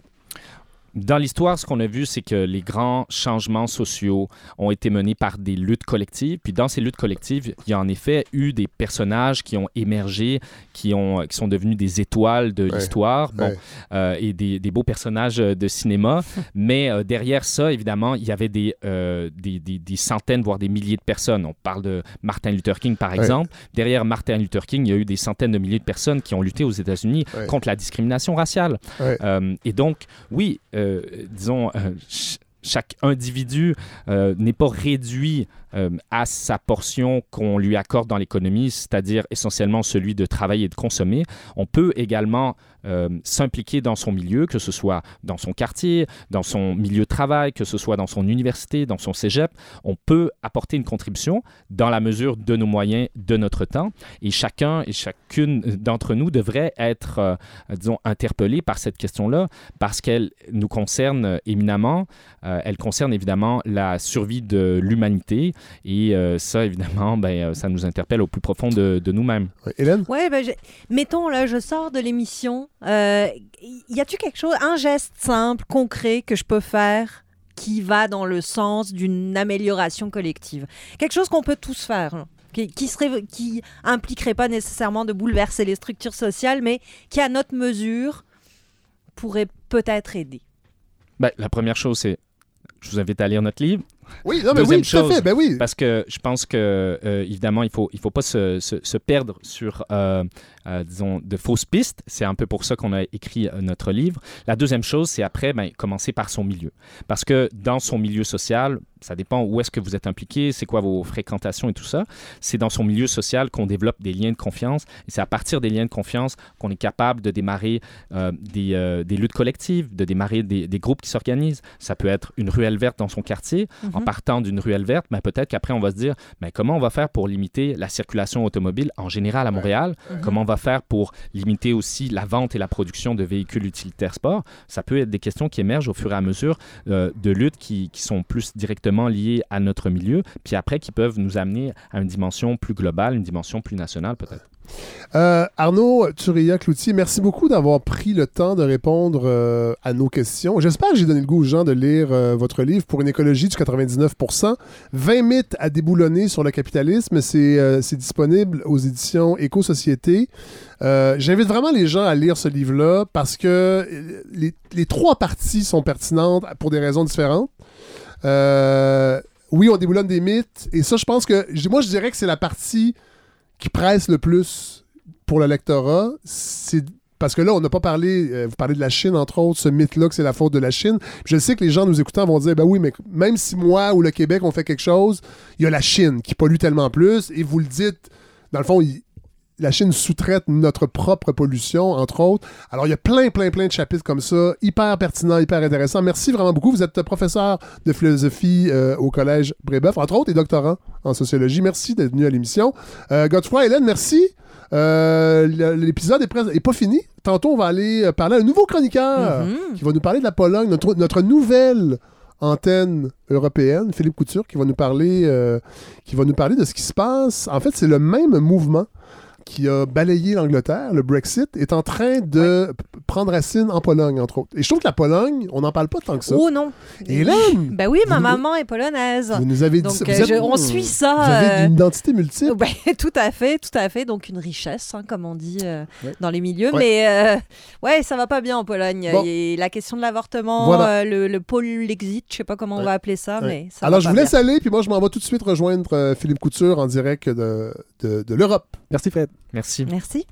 Dans l'histoire, ce qu'on a vu, c'est que les grands changements sociaux ont été menés par des luttes collectives. Puis dans ces luttes collectives, il y a en effet eu des personnages qui ont émergé, qui, ont, qui sont devenus des étoiles de Ouais. l'histoire, bon, Ouais. euh, et des, des beaux personnages de cinéma. Mais euh, derrière ça, évidemment, il y avait des, euh, des, des, des centaines, voire des milliers de personnes. On parle de Martin Luther King, par exemple. Derrière Martin Luther King, il y a eu des centaines de milliers de personnes qui ont lutté aux États-Unis Ouais. contre la discrimination raciale. Ouais. Euh, et donc, oui, euh, disons, euh, ch- chaque individu euh, n'est pas réduit euh, à sa portion qu'on lui accorde dans l'économie, c'est-à-dire essentiellement celui de travailler et de consommer. On peut également euh, s'impliquer dans son milieu, que ce soit dans son quartier, dans son milieu de travail, que ce soit dans son université, dans son cégep. On peut apporter une contribution dans la mesure de nos moyens, de notre temps. Et chacun et chacune d'entre nous devrait être, euh, disons, interpellé par cette question-là parce qu'elle nous concerne euh, éminemment. Euh, elle concerne évidemment la survie de l'humanité. Et euh, ça, évidemment, ben, euh, ça nous interpelle au plus profond de, de nous-mêmes. Ouais. Hélène? Ouais, ben, j'ai- mettons, là, je sors de l'émission. Euh, y a-tu quelque chose, un geste simple, concret que je peux faire qui va dans le sens d'une amélioration collective? Quelque chose qu'on peut tous faire, là, qui, qui serait, qui impliquerait pas nécessairement de bouleverser les structures sociales, mais qui, à notre mesure, pourrait peut-être aider. Ben, la première chose, c'est, je vous invite à lire notre livre. Oui, non, mais Deuxième oui, tout à chose, fait. Ben oui. Parce que je pense que, euh, évidemment, il faut, il faut pas se, se, se perdre sur, euh, euh, disons, de fausses pistes. C'est un peu pour ça qu'on a écrit euh, notre livre. La deuxième chose, c'est après, ben, commencer par son milieu. Parce que dans son milieu social, ça dépend où est-ce que vous êtes impliqué, c'est quoi vos fréquentations et tout ça. C'est dans son milieu social qu'on développe des liens de confiance. Et c'est à partir des liens de confiance qu'on est capable de démarrer euh, des, euh, des luttes collectives, de démarrer des, des groupes qui s'organisent. Ça peut être une ruelle verte dans son quartier. Mhm. En partant d'une ruelle verte, ben, peut-être qu'après, on va se dire, ben, comment on va faire pour limiter la circulation automobile en général à Montréal? Mhm. Comment on va faire pour limiter aussi la vente et la production de véhicules utilitaires sport? Ça peut être des questions qui émergent au fur et à mesure euh, de luttes qui, qui sont plus directement liées à notre milieu, puis après qui peuvent nous amener à une dimension plus globale, une dimension plus nationale peut-être. Euh, Arnaud Turia-Cloutier, merci beaucoup d'avoir pris le temps de répondre euh, à nos questions. J'espère que j'ai donné le goût aux gens de lire euh, votre livre Pour une écologie du quatre-vingt-dix-neuf pour cent. vingt mythes à déboulonner sur le capitalisme. C'est, euh, c'est disponible aux éditions Éco-Société. Euh, j'invite vraiment les gens à lire ce livre-là parce que les, les trois parties sont pertinentes pour des raisons différentes. Euh, oui, on déboulonne des mythes. Et ça, je pense que... Moi, je dirais que c'est la partie qui presse le plus pour le lectorat. C'est parce que là, on n'a pas parlé... Euh, vous parlez de la Chine, entre autres, ce mythe-là que c'est la faute de la Chine. Puis je sais que les gens nous écoutant vont dire, ben oui, mais même si moi ou le Québec, on fait quelque chose, il y a la Chine qui pollue tellement plus. Et vous le dites, dans le fond, il, la Chine sous-traite notre propre pollution, entre autres. Alors, il y a plein, plein, plein de chapitres comme ça, hyper pertinents, hyper intéressants. Merci vraiment beaucoup. Vous êtes professeur de philosophie euh, au Collège Brébeuf, entre autres, et doctorant en sociologie. Merci d'être venu à l'émission. Euh, Godefroy, Hélène, merci. Euh, l'épisode est, presque, est pas fini. Tantôt, on va aller parler à un nouveau chroniqueur mm-hmm. qui va nous parler de la Pologne, notre, notre nouvelle antenne européenne, Philippe Couture, qui va nous parler, euh, qui va nous parler de ce qui se passe. En fait, c'est le même mouvement qui a balayé l'Angleterre, le Brexit, est en train de ouais. p- prendre racine en Pologne, entre autres. Et je trouve que la Pologne, on n'en parle pas tant que ça. Oh non! Et Hélène! Ben oui, ma vous, maman est polonaise. Vous nous avez dit Donc, ça. Euh, Vous êtes, je, on suit ça. Vous avez euh... une identité multiple. Ben, tout à fait, tout à fait. Donc, une richesse, hein, comme on dit euh, ouais. dans les milieux. Ouais. Mais euh, ouais, ça va pas bien en Pologne. Bon. Et la question de l'avortement, voilà. euh, le, le pôle exit, je sais pas comment ouais. on va appeler ça, ouais. mais ça Alors, va je pas vous laisse bien. aller, puis moi, je m'en vais tout de suite rejoindre euh, Philippe Couture en direct de, de, de l'Europe. Merci, Fred. Merci. Merci.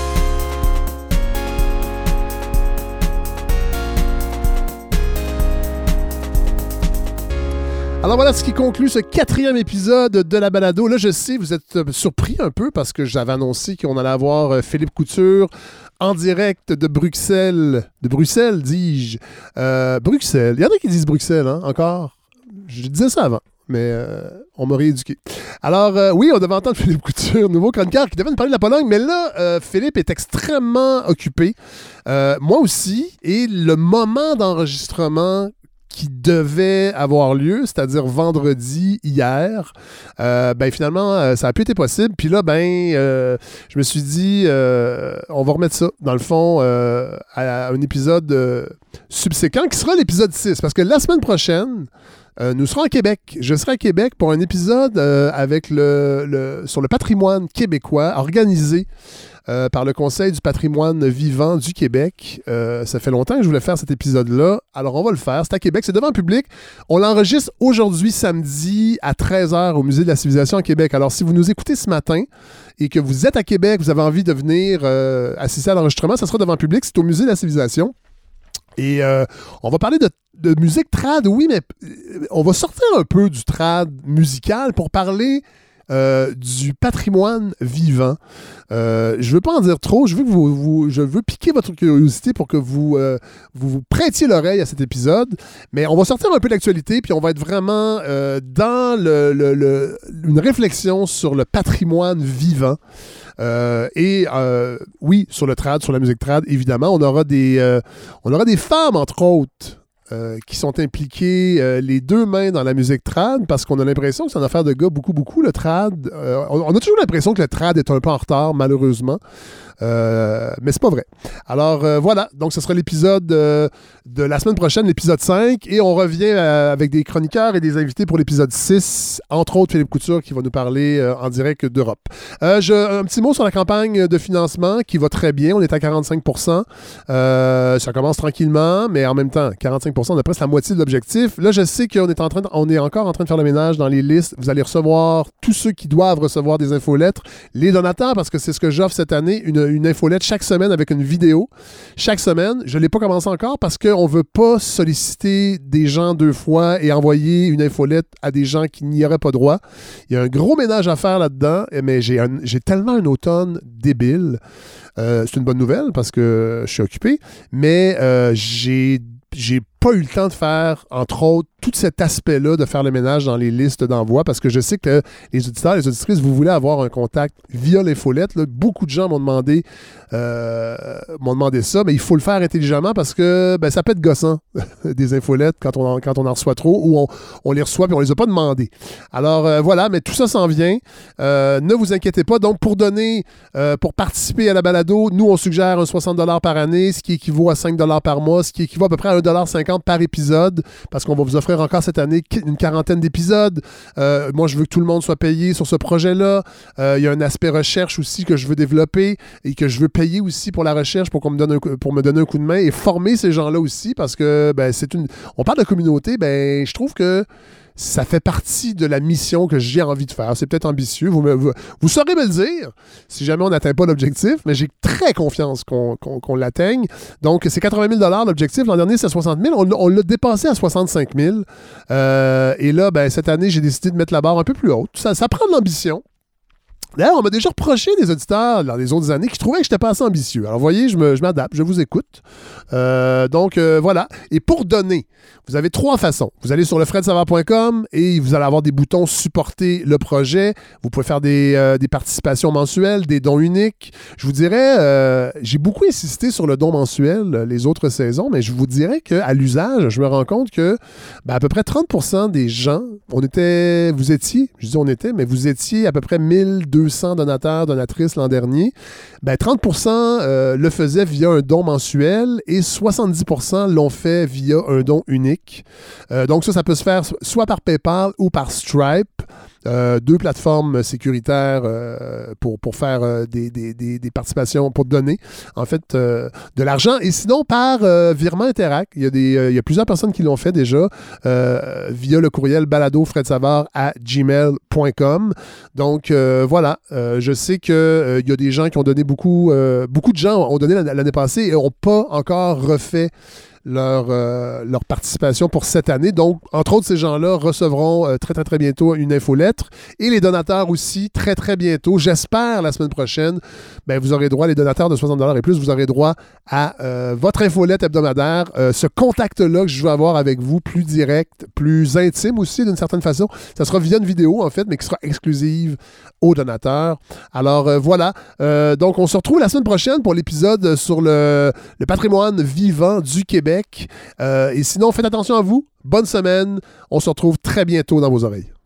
Alors voilà ce qui conclut ce quatrième épisode de la balado. Là, je sais, vous êtes surpris un peu parce que j'avais annoncé qu'on allait avoir Philippe Couture en direct de Bruxelles. De Bruxelles, dis-je. Euh, Bruxelles. Il y en a qui disent Bruxelles, hein, encore. Je disais ça avant, mais euh, on m'a rééduqué. Alors, euh, oui, on devait entendre Philippe Couture, nouveau chroniqueur, qui devait nous parler de la Pologne, mais là, euh, Philippe est extrêmement occupé. Euh, moi aussi, et le moment d'enregistrement qui devait avoir lieu, c'est-à-dire vendredi hier, euh, ben finalement, euh, ça n'a plus été possible. Puis là, ben, euh, je me suis dit, euh, on va remettre ça, dans le fond, euh, à, à un épisode euh, subséquent, qui sera l'épisode six. Parce que la semaine prochaine, euh, nous serons à Québec. Je serai à Québec pour un épisode euh, avec le, le, sur le patrimoine québécois, organisé Euh, par le Conseil du patrimoine vivant du Québec. Euh, ça fait longtemps que je voulais faire cet épisode-là. Alors, on va le faire. C'est à Québec. C'est devant le public. On l'enregistre aujourd'hui, samedi, à treize heures au Musée de la Civilisation à Québec. Alors, si vous nous écoutez ce matin et que vous êtes à Québec, vous avez envie de venir euh, assister à l'enregistrement, ça sera devant le public. C'est au Musée de la Civilisation. Et euh, on va parler de, de musique trad, oui, mais on va sortir un peu du trad musical pour parler Euh, du patrimoine vivant. Euh, je ne veux pas en dire trop, je veux, que vous, vous, je veux piquer votre curiosité pour que vous, euh, vous, vous prêtiez l'oreille à cet épisode, mais on va sortir un peu de l'actualité, puis on va être vraiment euh, dans le, le, le, une réflexion sur le patrimoine vivant. Euh, et euh, oui, sur le trad, sur la musique trad, évidemment, on aura des, euh, on aura des femmes, entre autres, Euh, qui sont impliqués euh, les deux mains dans la musique trad, parce qu'on a l'impression que c'est une affaire de gars beaucoup, beaucoup, le trad. Euh, on, on a toujours l'impression que le trad est un peu en retard, malheureusement. Euh, mais c'est pas vrai. Alors euh, voilà, donc ce sera l'épisode euh, de la semaine prochaine, l'épisode cinq, et on revient euh, avec des chroniqueurs et des invités pour l'épisode six, entre autres Philippe Couture qui va nous parler euh, en direct d'Europe. Euh, je, un petit mot sur la campagne de financement qui va très bien, on est à quarante-cinq pour cent. Euh, ça commence tranquillement, mais en même temps, quarante-cinq pour cent, on a presque la moitié de l'objectif. Là, je sais qu'on est, en train de, on est encore en train de faire le ménage dans les listes. Vous allez recevoir tous ceux qui doivent recevoir des infolettres, les donateurs, parce que c'est ce que j'offre cette année, une une infolette chaque semaine avec une vidéo. Chaque semaine, je ne l'ai pas commencé encore parce qu'on ne veut pas solliciter des gens deux fois et envoyer une infolette à des gens qui n'y auraient pas droit. Il y a un gros ménage à faire là-dedans, mais j'ai, un, j'ai tellement un automne débile. Euh, c'est une bonne nouvelle parce que je suis occupé, mais euh, j'ai, j'ai pas eu le temps de faire, entre autres, tout cet aspect-là de faire le ménage dans les listes d'envoi, parce que je sais que les auditeurs, les auditrices, vous voulez avoir un contact via l'infolette. Là, beaucoup de gens m'ont demandé, euh, m'ont demandé ça, mais il faut le faire intelligemment parce que ben, ça peut être gossant, des infolettes, quand on en, quand on en reçoit trop, ou on, on les reçoit et on les a pas demandées. Alors euh, voilà, mais tout ça s'en vient. Euh, ne vous inquiétez pas. Donc, pour donner, euh, pour participer à la balado, nous, on suggère un soixante dollars par année, ce qui équivaut à cinq dollars par mois, ce qui équivaut à peu près à un dollar cinquante par épisode, parce qu'on va vous offrir encore cette année une quarantaine d'épisodes. Euh, moi, je veux que tout le monde soit payé sur ce projet-là. Euh, il y a un aspect recherche aussi que je veux développer et que je veux payer aussi pour la recherche pour, qu'on me, donne un, pour me donner un coup de main et former ces gens-là aussi, parce que ben, c'est une... on parle de communauté, ben, je trouve que ça fait partie de la mission que j'ai envie de faire. C'est peut-être ambitieux. Vous, me, vous, vous saurez me le dire si jamais on n'atteint pas l'objectif, mais j'ai très confiance qu'on, qu'on, qu'on l'atteigne. Donc, c'est quatre-vingt mille dollars l'objectif. L'an dernier, c'est soixante mille. On, on l'a dépassé à soixante-cinq mille. Euh, et là, ben, cette année, j'ai décidé de mettre la barre un peu plus haute. Ça, ça prend de l'ambition. D'ailleurs, on m'a déjà reproché des auditeurs dans les autres années qui trouvaient que j'étais pas assez ambitieux. Alors, vous voyez, je, me, je m'adapte, je vous écoute. Euh, donc, euh, voilà. Et pour donner, vous avez trois façons. Vous allez sur le fred savard point com et vous allez avoir des boutons « Supporter le projet ». Vous pouvez faire des, euh, des participations mensuelles, des dons uniques. Je vous dirais, euh, j'ai beaucoup insisté sur le don mensuel euh, les autres saisons, mais je vous dirais qu'à l'usage, je me rends compte que ben, à peu près trente pour cent des gens, on était, vous étiez, je dis on était, mais vous étiez à peu près mille deux cents donateurs, donatrices l'an dernier, ben trente pour cent euh, le faisaient via un don mensuel et soixante-dix pour cent l'ont fait via un don unique. Euh, donc ça, ça peut se faire soit par PayPal ou par Stripe. Euh, deux plateformes sécuritaires euh, pour, pour faire euh, des, des, des, des participations, pour donner en fait euh, de l'argent. Et sinon, par euh, virement Interact, il y, a des, euh, il y a plusieurs personnes qui l'ont fait déjà euh, via le courriel balado fred savard à gmail point com. Donc euh, voilà, euh, je sais qu'il euh, y a des gens qui ont donné beaucoup, euh, beaucoup de gens ont donné l'année passée et n'ont pas encore refait Leur, euh, leur participation pour cette année. Donc, entre autres, ces gens-là recevront euh, très, très, très bientôt une infolettre. Et les donateurs aussi, très, très bientôt. J'espère, la semaine prochaine, ben, vous aurez droit, les donateurs de soixante dollars et plus, vous aurez droit à euh, votre infolette hebdomadaire. Euh, ce contact-là que je veux avoir avec vous, plus direct, plus intime aussi, d'une certaine façon. Ça sera via une vidéo, en fait, mais qui sera exclusive aux donateurs. Alors, euh, voilà. Euh, donc, on se retrouve la semaine prochaine pour l'épisode sur le, le patrimoine vivant du Québec. Euh, et sinon, faites attention à vous. Bonne semaine. On se retrouve très bientôt dans vos oreilles.